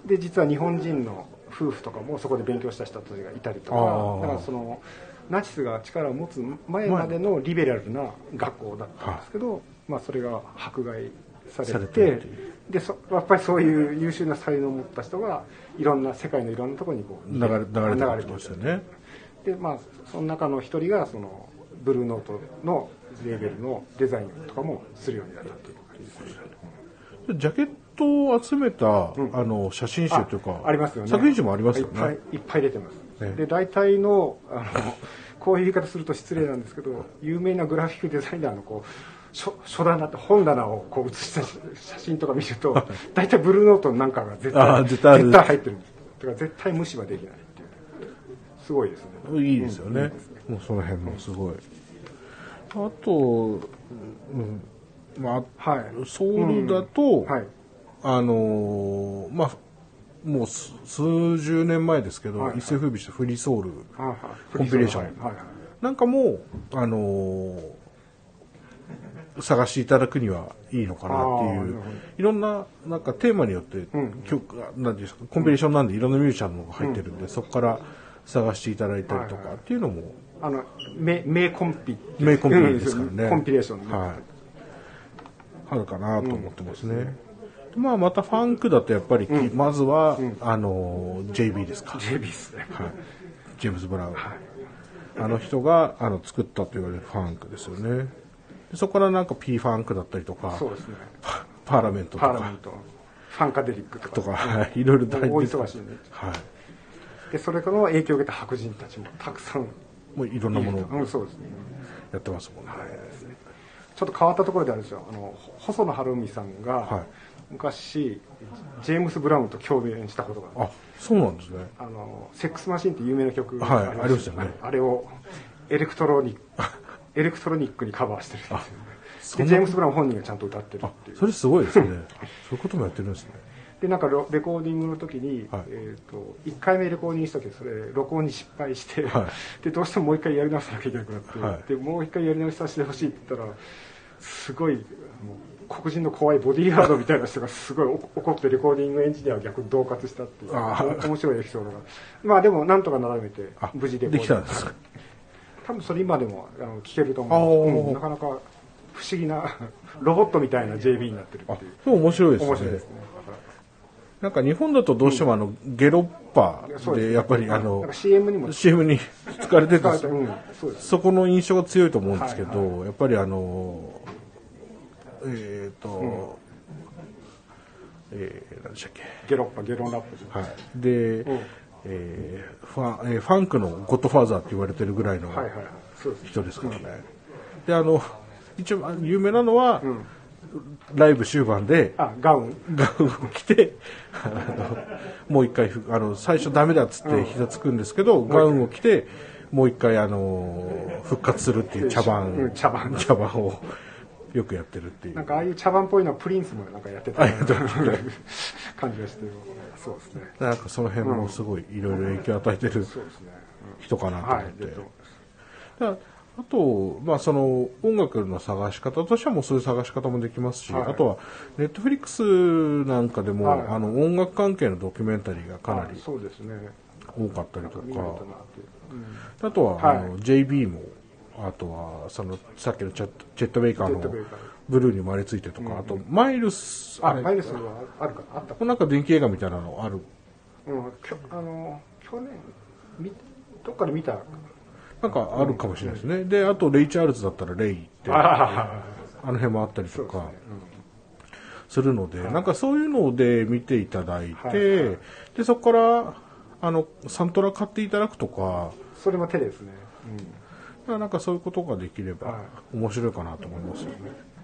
で、実は日本人の夫婦とかもそこで勉強した人たちがいたりとか、だからその、ナチスが力を持つ前までのリベラルな学校だったんですけど、はい、まあそれが迫害されて、でそやっぱりそういう優秀な才能を持った人がいろんな世界のいろんなところにこう流れ流れてるんですよね。 でまあその中の一人がそのブルーノートのレーベルのデザインとかもするようになったという感じですね。 ジャケットを集めた、うん、あの写真集というかあ, ありますよね。 作品集もありますよね。 いっぱいいっぱい出てます。ね、で大体のあのこういう言い方すると失礼なんですけど、有名なグラフィックデザイナーのこう書書棚って本棚をこう写した写真とか見ると、大体ブルーノートなんかが絶対絶対絶対入ってるんです。だから絶対無視はできないっていう。すごいですね。 いいですよね。うん、いいですね。もうその辺もすごい。あと、うん、まあ、はい、ソウルだと、うんはい、あのー、まあ。もう数十年前ですけど、はいはい、一世風靡したフリーソウルコンピレーションなんかも、あのー、探していただくにはいいのかなっていう、いろんななんかテーマによって、うん、曲なんですかコンピレーションなんでいろんなミュージシャンのが入ってるんで、うん、そこから探していただいたりとかっていうのも、はいはい、 あの名名コンピ名コンピですからね。 コンピレーション、 はい、あるかなと思ってますね。うんまあまたファンクだとやっぱり、うん、まずは、うん、あの ジェイビー ですか。 ジェイビー ですね。 はい。ジェームズ・ブラウン。はい、あの人があの作ったと言われるファンクですよね。でそこからなんか P ファンクだったりとか、 そうですね。 パーラメントとか、 パーラメント、ファンカデリックとか、 とかはい、いろいろ大大忙しいね。 はい。 でそれからの影響を受けた白人たちもたくさん、 もういろんなものを、 うん、そうですね。 やってますもんね。はい、 ちょっと変わったところであるんですよ。あの細野晴臣さんが。はい昔ジェームス・ブラウンと共演したことがある。 あ、そうなんですね。 あのセックスマシンって有名な曲があります、はい、ありましたね。 あれをエレクトロニックエレクトロニックにカバーしてるんですよね。でジェームス・ブラウン本人がちゃんと歌ってるっていう。 それすごいですね。そういうこともやってるんですね。 でなんかレコーディングの時に、はい、えっ、ー、といっかいめレコーディングした時それ録音に失敗して、はい、でどうしてももう一回やり直さなきゃいけなくなって、はい、でもう一回やり直しさせてほしいって言ったらすごいもう黒人の怖いボディーガードみたいな人がすごい怒ってレコーディングエンジニアを逆に恫喝したっていう面白いエピソードがまあでもなんとか並べて無事レコーディングできたんですか。 多分それ今でもあの聞けると思うんです、うん、なかなか不思議なロボットみたいな ジェイビー になってるっていう。 そう面白いですね。 面白いですね。 なんか日本だとどうしてもあの、うん、ゲロッパーでやっぱりあのシーエム にもシーエム に使われてるんですよ、 うん、そうです。 そこの印象が強いと思うんですけど、はいはい、やっぱりあのえっ、ー、と、うん、えー、何でしたっけゲロッパゲロナップ、 はい、で、うんえーファンえー、ファンクのゴッドファーザーって言われてるぐらいの人ですからね、はいはい、であの一応有名なのは、うん、ライブ終盤であガウンガウンを着てあのもう一回あの最初ダメだっつって膝つくんですけど、うん、ガウンを着てもう一回あの復活するっていう茶番、 うん、茶番茶番をよくやってるっていう。 なんかああいう茶番っぽいのはプリンスもなんかやってた感じがしてそうですね。 なんかその辺もすごいいろいろ影響を与えてる人かなと思って。だあと、まあその音楽の探し方としてはもうそういう探し方もできますし、はい、あとはネットフリックスなんかでも、はい、あの音楽関係のドキュメンタリーがかなりそうですね多かったりとか、うん、あとは、はい、あの ジェイビー も。あとはそのさっきのチェット・ベイカーのブルーに生まれついてとか、うん、あとマイルスあマイルスはあるかあったなんか電気映画みたいなのある、 うん、きょあの去年みどっかで見たなんかあるかもしれないですね、うん、であとレイ・チャールズだったらレイってあの辺もあったりとかするので、なんかそういうので見ていただいて、はいはい、でそこからあのサントラ買っていただくとかそれも手ですね、 うん、なんかそういうことができれば面白いかなと思いますよね。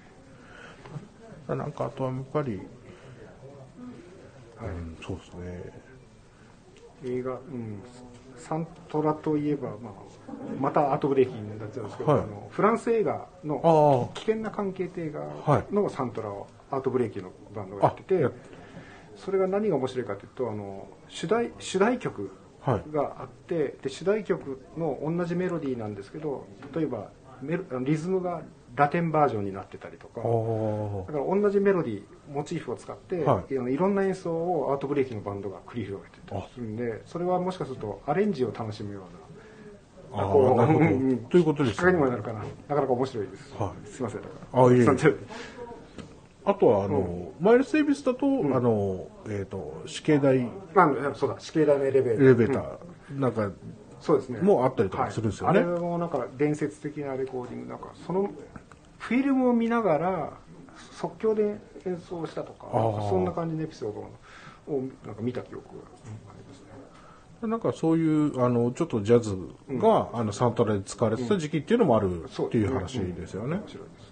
なんかあとはやっぱり、はい、うん、そうですね。 映画、うん、サントラといえば、まあ、またアートブレイキンになっちゃうんですけど、はい、あのフランス映画の危険な関係って映画のサントラをアートブレイキンのバンドがやってて、 それが何が面白いかというと、あの主題主題曲があって、はい、で主題曲の同じメロディーなんですけど、例えばメロリズムがラテンバージョンになってたりとか、だから同じメロディーモチーフを使って、はい、いろんな演奏をアートブレイキのバンドが繰り広げてたりするんで、それはもしかするとアレンジを楽しむような、あこうなるほどということですね。 きっかけにもなるかな。なかなか面白いです。はい、すいませんだから。 あいえいえあとはあの、うん、マイルス・デイビスだと、うん、あのえっ、ー、と死刑台、 あそうだ死刑台のエレベーター、 エレベーター、うん、なんかそうですね。 もうあったりとかするんですよね。 はい、あれもなんか伝説的なレコーディングなんかそのフィルムを見ながら即興で演奏したとか、なんかそんな感じのエピソードをなんか見た記憶がありますね。 なんかそういうあのちょっとジャズが、うん、あのサントラで使われてた時期っていうのもあるっていう話ですよね。面白いです。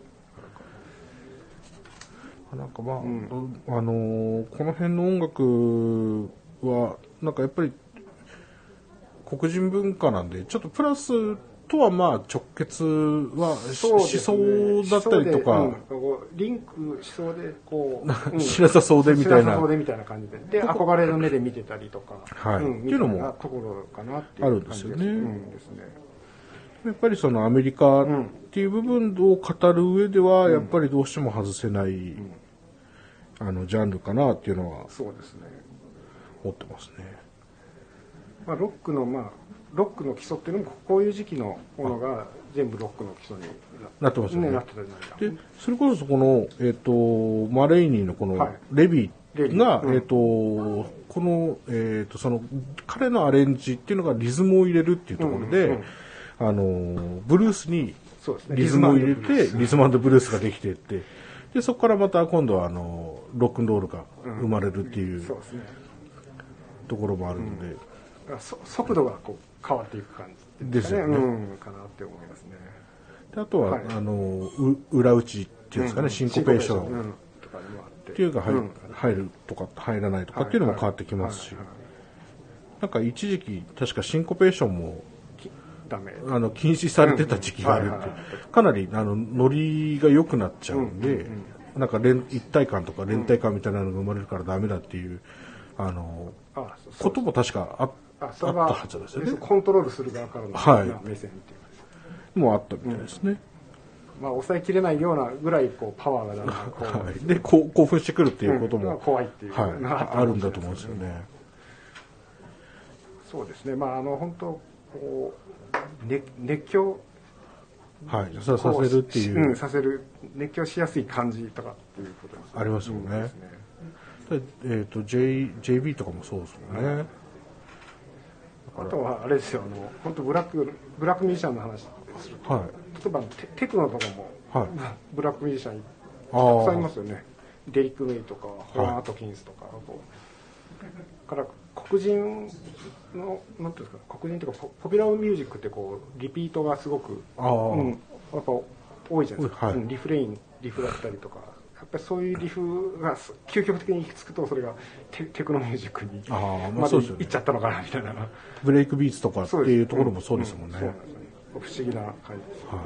なんかまあ、うん、あのー、この辺の音楽はなんかやっぱり黒人文化なんでちょっとプラスとはまあ直結は し,、ね、しそうだったりとか、うん、 リンクしそうでこう、 うん、しなさそうでみたいな、 しなさそうでみたいな感じで、で憧れの目で見てたりとか、 はい、うん、っていうのもところかなっていうあるんですよね。 うん、ですね。 やっぱりそのアメリカっていう部分を語る上ではやっぱりどうしても外せない、うん、あのジャンルかなっていうのはそうですね。 思ってますね。 まあロックのまあロックの基礎っていうのもこういう時期のものが全部ロックの基礎になってますよね。 なってたじゃないか。 でそれこそこのえっ、ー、とマレイニーのこのレビーが、はい、えっ、ー、とこのえっ、ー、とその彼のアレンジっていうのがリズムを入れるっていうところで、うんうん、あのブルースにリズムを入れてリズム&ブルースができていって。でそこからまた今度はあのロックンロールが生まれるっていう、うんそうですね、ところもあるので、 うん、速度がこう変わっていく感じですね。ですよね、うん、かなって思いますね。 であとは、はい、あの裏打ちっていうんですかね、うん、シンコペーション、うん、とかにもあってっていうのが 入,、うん、入るとか入らないとかっていうのも変わってきますし、はいはいはい、なんか一時期確かシンコペーションもダメあの禁止されてた時期があるって、かなりあのノリが良くなっちゃうんで、うんうんうん、なんか連一体感とか連帯感みたいなのが生まれるからダメだっていうあのああことも確か あ, あ, あったはずですよね。 コントロールする側からの、 はい、 目線っていうもあったみたいですね。 うん、まあ抑えきれないようなぐらいこうパワーがだんだんこう、 はい、でこう興奮してくるっていうことも、 うん、怖いっていう、 はい、あるんだと思うんですよね。 そうですね。まああの本当こう熱, 熱狂はい、させるっていう、 うん、させる熱狂しやすい感じとかっていうことですね。 ありますよね。うん、ねでえっ、ー、と J JB とかもそうですもんね。 あとはあれですよ、あの本当ブラックブラックミュージシャンの話ですると、はい、例えば テ, テクノとかも、はい、ブラックミュージシャンたくさんいますよね。デリック・メイとかホラン・アトキンスとか、はい、から黒人のなんていうんですか、黒人というか ポ, ポピュラーミュージックってこうリピートがすごく、うん、やっぱ多いじゃないですか、はい、うん、リフレインリフだったりとか、やっぱりそういうリフが究極的に行き着くとそれが テ, テクノミュージックにまで行っちゃったのかなみたいな、 ブレイクビーツとかっていうところもそうですもんね。 うんうん、そうなんですね。不思議な感じです、ね。はい、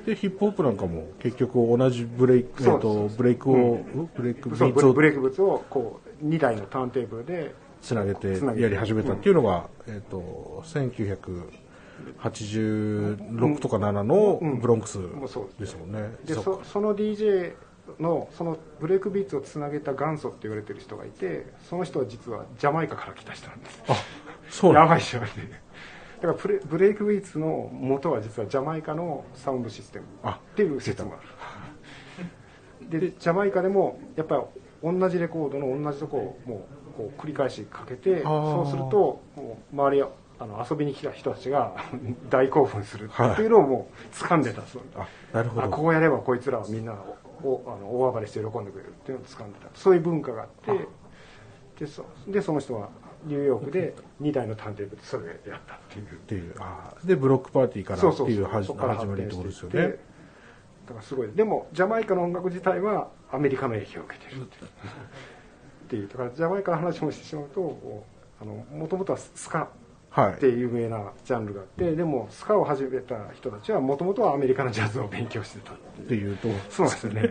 でヒップホップなんかも結局同じブレイク、えー、とブレイクを、うん、ブレイクビーツをブレイクビーツをこうにだいのターンテーブルでつなげてやり始めたっていうのが、うん、えー、とせんきゅうひゃくはちじゅうろくとかななのブロンクスですもんね。うんうん、 で そ, その ディージェー のそのブレイクビーツをつなげた元祖って言われてる人がいて、その人は実はジャマイカから来た人なんです。 あ、そうなんやばい人がいて、だからブ レ, ブレイクビーツの元は実はジャマイカのサウンドシステムっていう説もある。でジャマイカでもやっぱり同じレコードの同じとこをもうこう繰り返しかけて、そうするともう周りやあの遊びに来た人たちが大興奮するっていうのをもう掴んでたそう、 はい、あ、なるほど。 あ、こうやればこいつらはみんなおあの大暴れして喜んでくれるっていうのを掴んでた、そういう文化があって、で そ, でその人はニューヨークでにだいのターンテーブルでそれでやったっていうっていう、あでブロックパーティーからっていう始まりってことですよね。だからすごい。でもジャマイカの音楽自体はアメリカの影響を受けてるっていうっていうだからジャマイカの話もしてしまうと、もともとはスカっていう有名なジャンルがあって、はい、でもスカを始めた人たちはもともとはアメリカのジャズを勉強してたっていう、 っていうとそうなんですよね。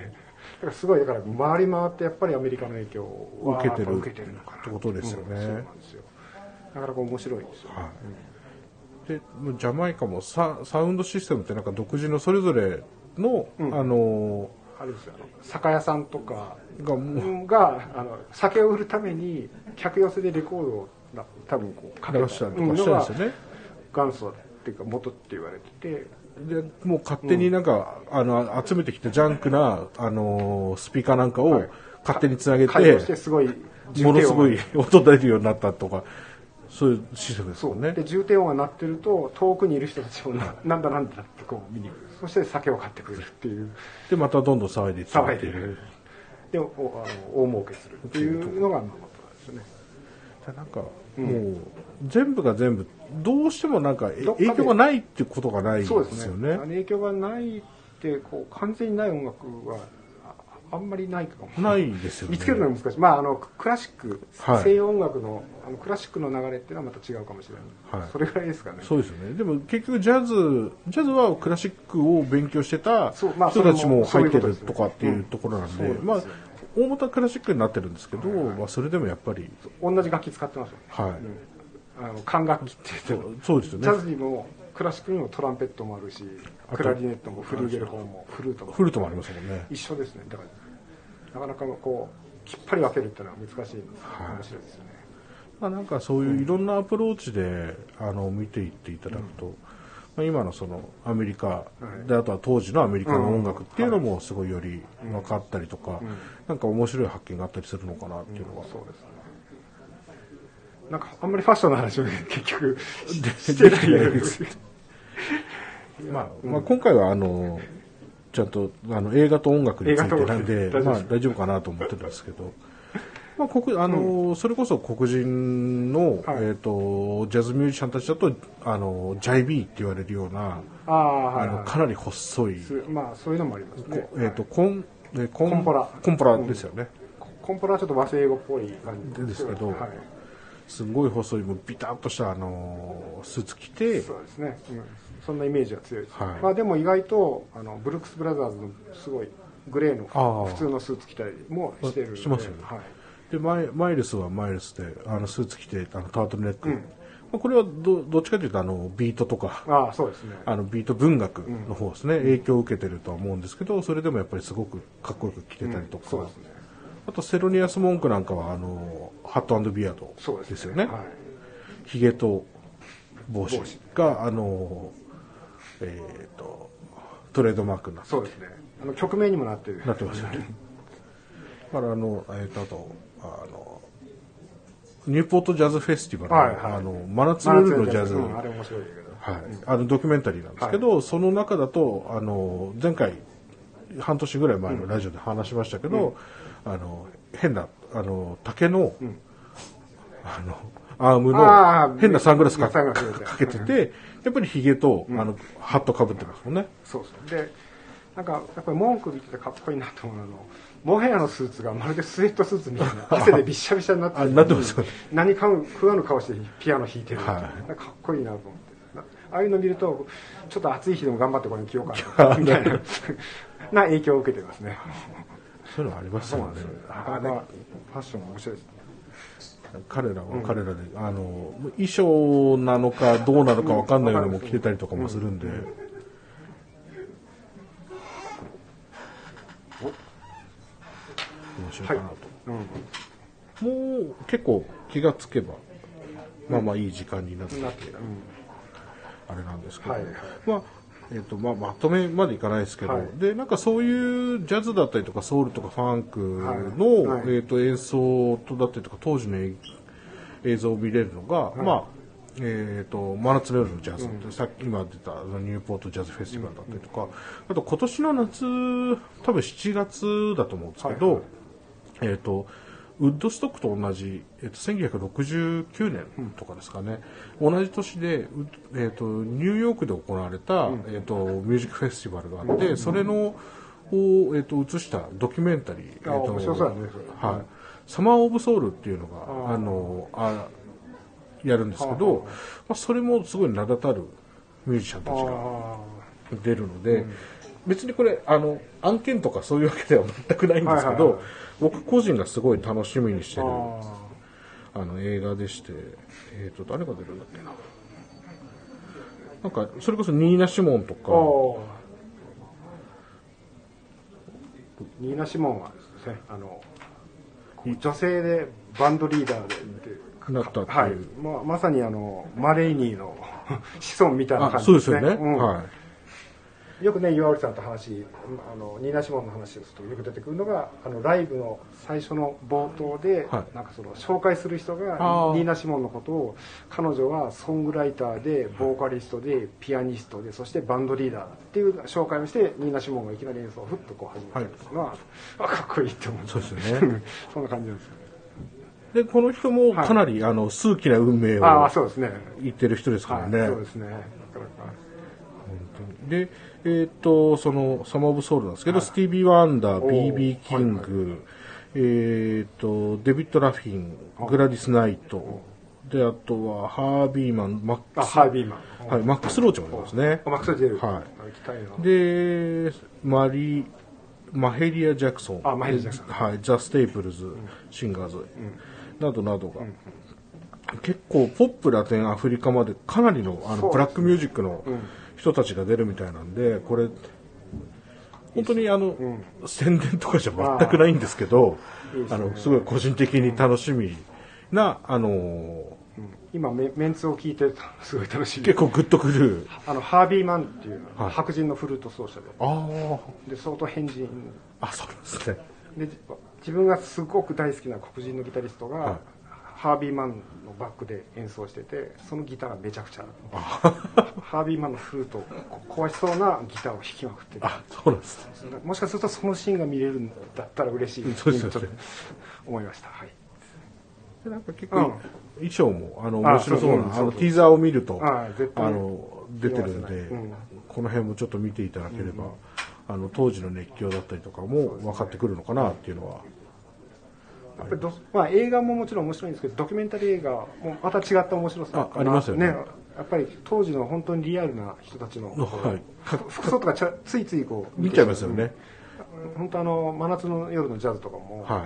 からすごいだから回り回ってやっぱりアメリカの影響を受けてる受けてるのかなってことですよね。 うん、そうなんですよ。なかなか面白いですよ、ね。 はい、でジャマイカも サ, サウンドシステムってなんか独自のそれぞれの、うん、あのあれですよ、酒屋さんとかがもうがあの酒を売るために客寄せでレコードを多分こうかけたりとかしたんですよね。 元祖っていうか元って言われてて、 でもう勝手になんか、うん、あの集めてきたジャンクなあのスピーカーなんかを勝手につなげて、 改良してすごいものすごい音出るようになったとか、そういうシステムですよね。 で重低音が鳴ってると遠くにいる人たちもななんだなんだってこう見に来る。そして酒を買ってくれるっていう。 でまたどんどん騒いでいって騒いでいる。でおあの大儲けするっていうのがまあ元ですね。 なんか、うん、もう全部が全部どうしてもなんか影響がないっていうことがないですよね。そうですね。 影響がないってこう完全にない音楽はあんまりないかもないですよね。 見つけるのが難しい。まああのクラシック、はい、西洋音楽のあのクラシックの流れっていうのはまた違うかもしれない。はい、それぐらいですかね。 そうですよね。でも結局ジャズジャズはクラシックを勉強してた人たちも入ってるとかっていうところなんで、まあ大元はクラシックになってるんですけど、はい、まあそれでもやっぱり同じ楽器使ってますよね。はい。うん、あの管楽器って言ってそうですよね。 ジャズにもクラシックにもトランペットもあるし、クラリネットもフルーゲルホンもフルートもフルートもありますもんね。 一緒ですね。だからなかなかこうきっぱり分けるっていうのは難しいんですけど、はい、面白いですよね。 まあなんかそういういろんなアプローチであの見ていっていただくと。うん、まあ、今のそのアメリカで、あとは当時のアメリカの音楽っていうのもすごいより分かったりとか、なんか面白い発見があったりするのかなっていうのは、 そうですね。なんかあんまりファッションの話を結局してないです。 まあ、まあ今回はあのちゃんとあの映画と音楽についてなんで、まあ大丈夫かなと思ってるんですけど。まあ、国あのうん、それこそ黒人の、はい、えー、とジャズミュージシャンたちだとあのジャイビーって言われるようなあ、はいはい、あのかなり細い、 まあ、そういうのもありますね。 えー、とコンえコンコンポラコンポラですよね。 うん、コンポラはちょっと和製英語っぽい感じですけど、はい、すごい細いもうビタッとしたあのスーツ着て、 そうですね、うん、そんなイメージは強いです、はい。まあ、でも意外とあのブルックス・ブラザーズのすごいグレーの普通のスーツ着たりもしてるので、 しますよね。はい、でマイマイルスはマイルスであのスーツ着てあのタートルネック、うん、まあ、これは ど, どっちかというとあのビートとか、 あそうですね、 あのビート文学の方ですね、うん、影響を受けてるとは思うんですけど、それでもやっぱりすごくかっこよく着てたりとか、うん、そうですね、あとセロニアス・モンクなんかはあのハット&ビアードですよね、はい、ヒゲと帽子があの、えー、とトレードマークになって、 そうですね、あの曲名にもなってるなってますよね。だからあの、えー、とあとあのニューポートジャズフェスティバルの、はいはい、あの真夏の夜のジャズ、うん、 あれ面白いけど、 はい、あのドキュメンタリーなんですけど、はい、その中だとあの前回半年ぐらい前のラジオで話しましたけど、うん、あの変なあの竹の、うん、あのアームの変なサングラス か, か, かけてて、やっぱりヒゲと、うん、あのハットかぶってますもんね。 そうそうでなんかやっぱり文句見ててかっこいいなと思うのモヘアのスーツがまるでスウェットスーツみたいな汗でびっしゃびしゃになってあなってますよね。 何か食わぬ顔してピアノ弾いてるって、はい、かっこいいなと思ってああいうの見るとちょっと暑い日でも頑張ってこれに着ようかなみたいなな影響を受けてますね。 そういうのありますよね。 なかなかファッション面白いですね。 彼らは彼らで、うん、あの衣装なのかどうなのか分かんないようなのも着てたりとかもするんで、うんうん、面白いかなと、はいうん、もう結構気がつけば、まあまあいい時間になってきて、うん、あれなんですけど、はいはい、まあえーとまあ、まとめまでいかないですけど、はい、でなんかそういうジャズだったりとかソウルとかファンクの、はいはい、えー、と演奏とだったりとか当時の映像を見れるのが、はい、まあえー、と真夏の夜のジャズ、うん、さっき今出たニューポートジャズフェスティバルだったりとか、うん、あと今年の夏多分しちがつだと思うんですけど、はいはい、えーとウッドストックと同じ、えー、とせんきゅうひゃくろくじゅうきゅうねんとかですかね、うん、同じ年で、えー、とニューヨークで行われた、うんえー、とミュージックフェスティバルがあって、うん、それのを、えー、と映したドキュメンタリー、えーと面白そうだね、 はい、サマー・オブ・ソウルっていうのがあのあやるんですけど、まあ、それもすごい名だたるミュージシャンたちが出るので、うん別にこれあの案件とかそういうわけでは全くないんですけど、 はいはいはい、 僕個人がすごい楽しみにしてるああの映画でして、えー、と誰が出るんだっけな、なんかそれこそニーナ・シモンとか、 ニーナ・シモンはですね、あの女性でバンドリーダーでなったっていう、 はい、まあ、まさにあのマレイニーの子孫みたいな感あそうじですね。 ですよね、 うん、 はい、 よくね岩織さんと話、あのニーナ・シモンの話をするとよく出てくるのが、あのライブの最初の冒頭で、 はい、 なんかその紹介する人がニーナ・シモンのことを、彼女はソングライターでボーカリストでピアニストで、そしてバンドリーダーっていう紹介をして、ニーナ・シモンがいきなり演奏をふっとこう始めたんですが、はい、あかっこいいって思って、 そうですよねそんな感じです。 でこの人もかなり、はい、あの数奇な運命を言ってる人ですからね。 はい、そうですね。 本当にで、えー、とそのサマー・オブ・ソウルなんですけど、はい、スティービー・ワンダー、ビービー キング、はいはい、えー、とデビッド・ラフィン、グラディス・ナイト、であとはハービーマン、マックス、 ハービーマン、 はい、マックス・ローチもいますね。 マックス・ローチ出る、 はい、でマリマヘリア・ジャクソン、 あマヘリア・ジャクソン、 はい、ザ・ステイプルズ、うん、シンガーズ、うん、などなどが、うん、結構ポップ、ラテン、アフリカまでかなりの、あのブラックミュージックの人たちが出るみたいなんで、これ本当にあの、うん、宣伝とかじゃ全くないんですけど、あのすごい個人的に楽しみな、あのーうん、今メメンツを聞いてすごい楽しみ。 結構グッとくる。 あのハービーマンっていう、はい、白人のフルート奏者で、 あで相当変人。 あ、そうですね。で自分がすごく大好きな黒人のギタリストが、はい、ハービーマンのバックで演奏してて、そのギターがめちゃくちゃハービーマンのフルート壊しそうなギターを弾きまくってて、 あ、そうなんですね。 もしかするとそのシーンが見れるんだったら嬉しいそうですね、 と思いました。はい。 でなんか結構、うん、衣装もあの面白そうな、あのティーザーを見るとああの出てるんで、うん、この辺もちょっと見ていただければ、うん、あの当時の熱狂だったりとかも分かってくるのかなっていうのは。 やっぱりど、まあ、映画ももちろん面白いんですけど、ドキュメンタリー映画もまた違った面白さあありますよね。 ね、やっぱり当時の本当にリアルな人たちの、はい、服装とかちゃついついこう見ちゃいますよね。 本当あの真夏の夜のジャズとかも、 はい、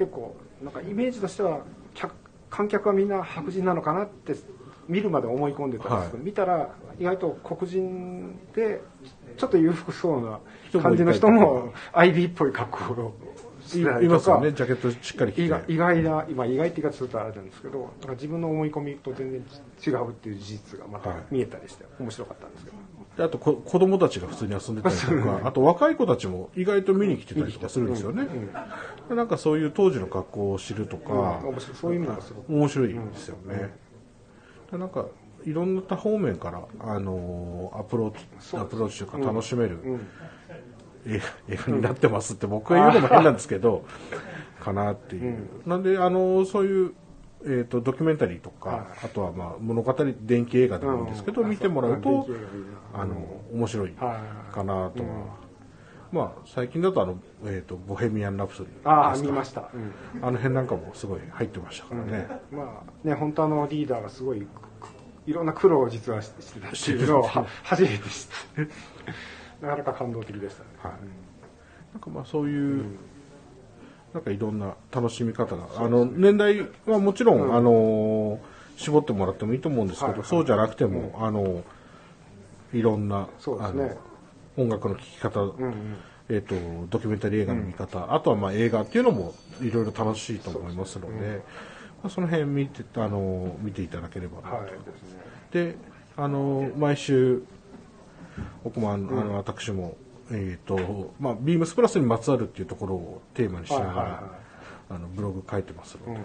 結構なんかイメージとしては観客はみんな白人なのかなって見るまで思い込んでたんですけど、はい、見たら意外と黒人でちょっと裕福そうな感じの人もアイビーっぽい格好をしてたりとか、いますよね、 ジャケットしっかり着て、 意外意外な、今意外って言い方するとあれなんですけど、だから自分の思い込みと全然違うっていう事実がまた見えたりして面白かったんですけど、はい、 であとこ子供たちが普通に遊んでたりとかあと若い子たちも意外と見に来てたりとかするんですよね、うんうん、なんかそういう当時の格好を知るとか、うん、 面白い、そういう意味ではすごく面白いですよね、うん、なんかいろんな多方面から、あのー、アプローチアプローチというか楽しめる、うんうん映画になってますって僕が言うのも変なんですけどかなっていう、うん、なんであのそういう、えー、とドキュメンタリーとか、はい、あとはまあ物語電気映画でもいいんですけど、うん、見てもらうと、うん、あの面白いかなとは、うん、まあ最近だとあの、えー、とボヘミアン・ラプソディああ見ました、 うん、あの辺なんかもすごい入ってましたからね、 うん、まあね本当あのリーダーがすごいいろんな苦労を実はしてたっていうのを初めて知ってなかなか感動的でしたね。はい。 なんかまあそういう、うん、なんかいろんな楽しみ方が、あの年代はもちろん、うん、あの絞ってもらってもいいと思うんですけど、はいはい、そうじゃなくても、うん、あのいろんな、 そうですね、 あの音楽の聴き方、うんうん、えっ、ー、とドキュメンタリー映画の見方、うん、あとはまあ映画っていうのもいろいろ楽しいと思いますので、そ, で、うんまあ、その辺見てあの見ていただければなと。はい、で、ね、あの毎週僕もあの、うん、あの私も、えーとまあ、ビームスプラスにまつわるっていうところをテーマにしながら、はいはいはい、あのブログ書いてますので、うん、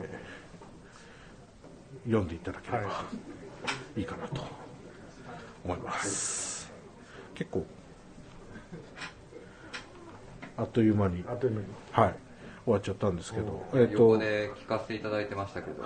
読んでいただければいいかなと思います、はい、結構あっという間に、 あっという間に、 はい、終わっちゃったんですけど、 えー、と横で聞かせていただいてましたけど、はい、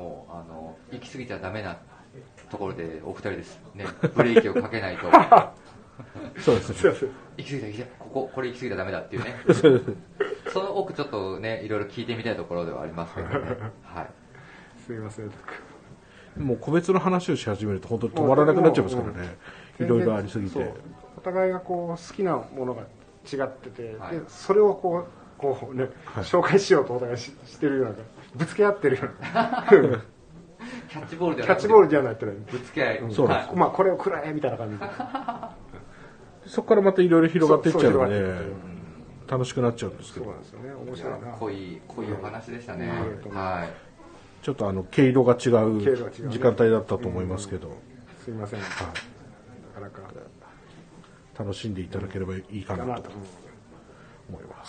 もうあの行き過ぎちゃダメなところでお二人ですね、ブレーキをかけないとそうですね、 行き過ぎた行き過ぎたこここれ行き過ぎたらダメだっていうねその奥ちょっとねいろいろ聞いてみたいところではありますけどね、はい、 すみません、 もう個別の話をし始めると本当に止まらなくなっちゃいますからね、いろいろありすぎて、 お互いがこう好きなものが違ってて、 はい、 でそれをこうこうね、はい、紹介しようとお互い し, してるようなぶつけ合ってるようなキャッチボールではキャッチボールではないってぶつけ合い、 うん、そうです、はい、まあこれを食らえみたいな感じでそこからまたいろいろ広がっていっちゃうので楽しくなっちゃうんですけど、 そうなんですよね、面白いな、 濃い濃いお話でしたね、うん、はい、 ちょっとあの毛色が違う時間帯だったと思いますけど、うん、 すいません、はい、なかなか楽しんでいただければいいかなと思います。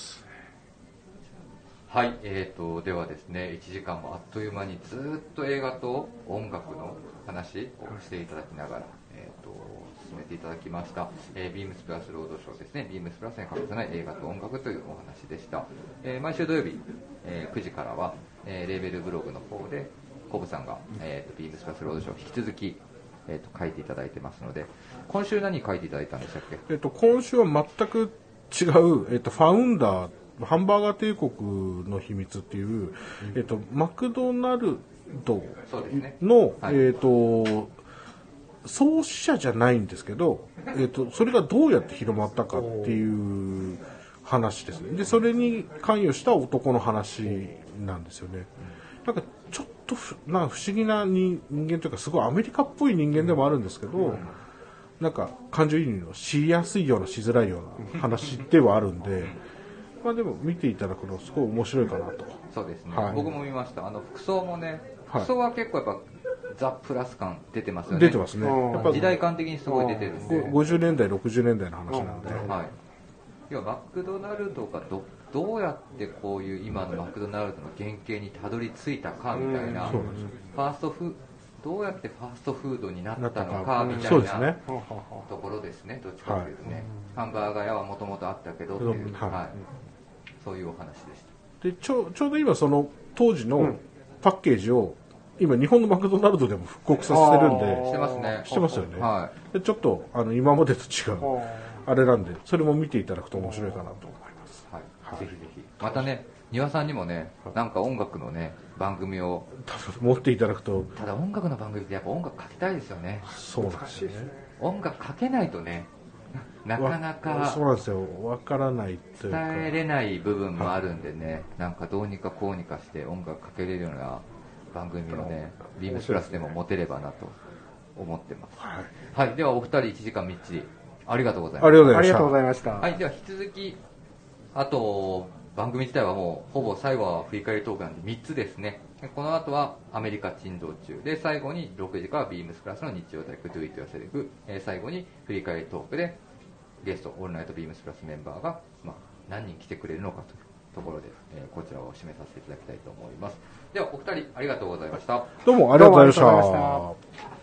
はい、はい、えーとではですね、いちじかんもあっという間にずっと映画と音楽の話をしていただきながら、えーと進めていただきました、えー、ビームスプラスロードショーですね、ビームスプラスに欠かせない映画と音楽というお話でした。えー、毎週土曜日、えー、くじからは、えー、レーベルブログの方でコブさんが、えーとビームスプラスロードショー引き続きえー、と書いていただいてますので、今週何書いていただいたんでしたっけ？ えー、と今週は全く違う、えー、とファウンダーハンバーガー帝国の秘密っていう、うん、えー、とマクドナルドの、 ね、はい、 えー、と創始者じゃないんですけど、えー、とそれがどうやって広まったかっていう話ですね。でそれに関与した男の話なんですよね。なんかちょっとなんか不思議な人間というかすごいアメリカっぽい人間でもあるんですけど、なんか感情移入のしやすいようなしづらいような話ではあるんでまあでも見ていただくのすごい面白いかなと。 そうですね、 はい、 僕も見ました。あの服装もね、服装は結構やっぱザ・プラス感出てますよね。 出てますね。 やっぱ時代感的にすごい出てるんで、 ごじゅうねんだいろくじゅうねんだいの話なんで、 はい、要はマクドナルドが ど, どうやってこういう今のマクドナルドの原型にたどり着いたかみたいな、ファーストフーどうやってファーストフードになったのかみたいな、ね、ところですね。どっちかというとね、はい、ハンバーガー屋はもともとあったけどっていう、はいはい、そういうお話でした。 でちょちょうど今その当時のパッケージを今日本のマクドナルドでも復刻させてるんで、 してますね。 してますよね。 はい、 でちょっとあの今までと違うあれなんで、それも見ていただくと面白いかなと思います。 はいはい、ぜひぜひ。またね、庭さんにもね、なんか音楽のね番組を持っていただくと。 ただ音楽の番組ってやっぱ音楽かけたいですよね。 そうなんですよね。 音楽かけないとね、なかなかそうなんですよ。わからないというか伝えれない部分もあるんでね、なんかどうにかこうにかして音楽かけれるような番組をね、ビームスプラスでも持てればなと思ってます。はい、はい、ではお二人いちじかんみっちりありがとうございました。 ありがとうございました。 はい、では引き続きあと番組自体はもうほぼ最後は振り返りトークなんでみっつですね。この後はアメリカ珍道中で、最後にろくじからビームスプラスの日曜大工 Do It Yourself、えー、最後に振り返りトークでゲストオールナイトビームスプラスメンバーが、まあ、何人来てくれるのかというところで、えー、こちらを締めさせていただきたいと思います。ではお二人ありがとうございました。 どうもありがとうございました。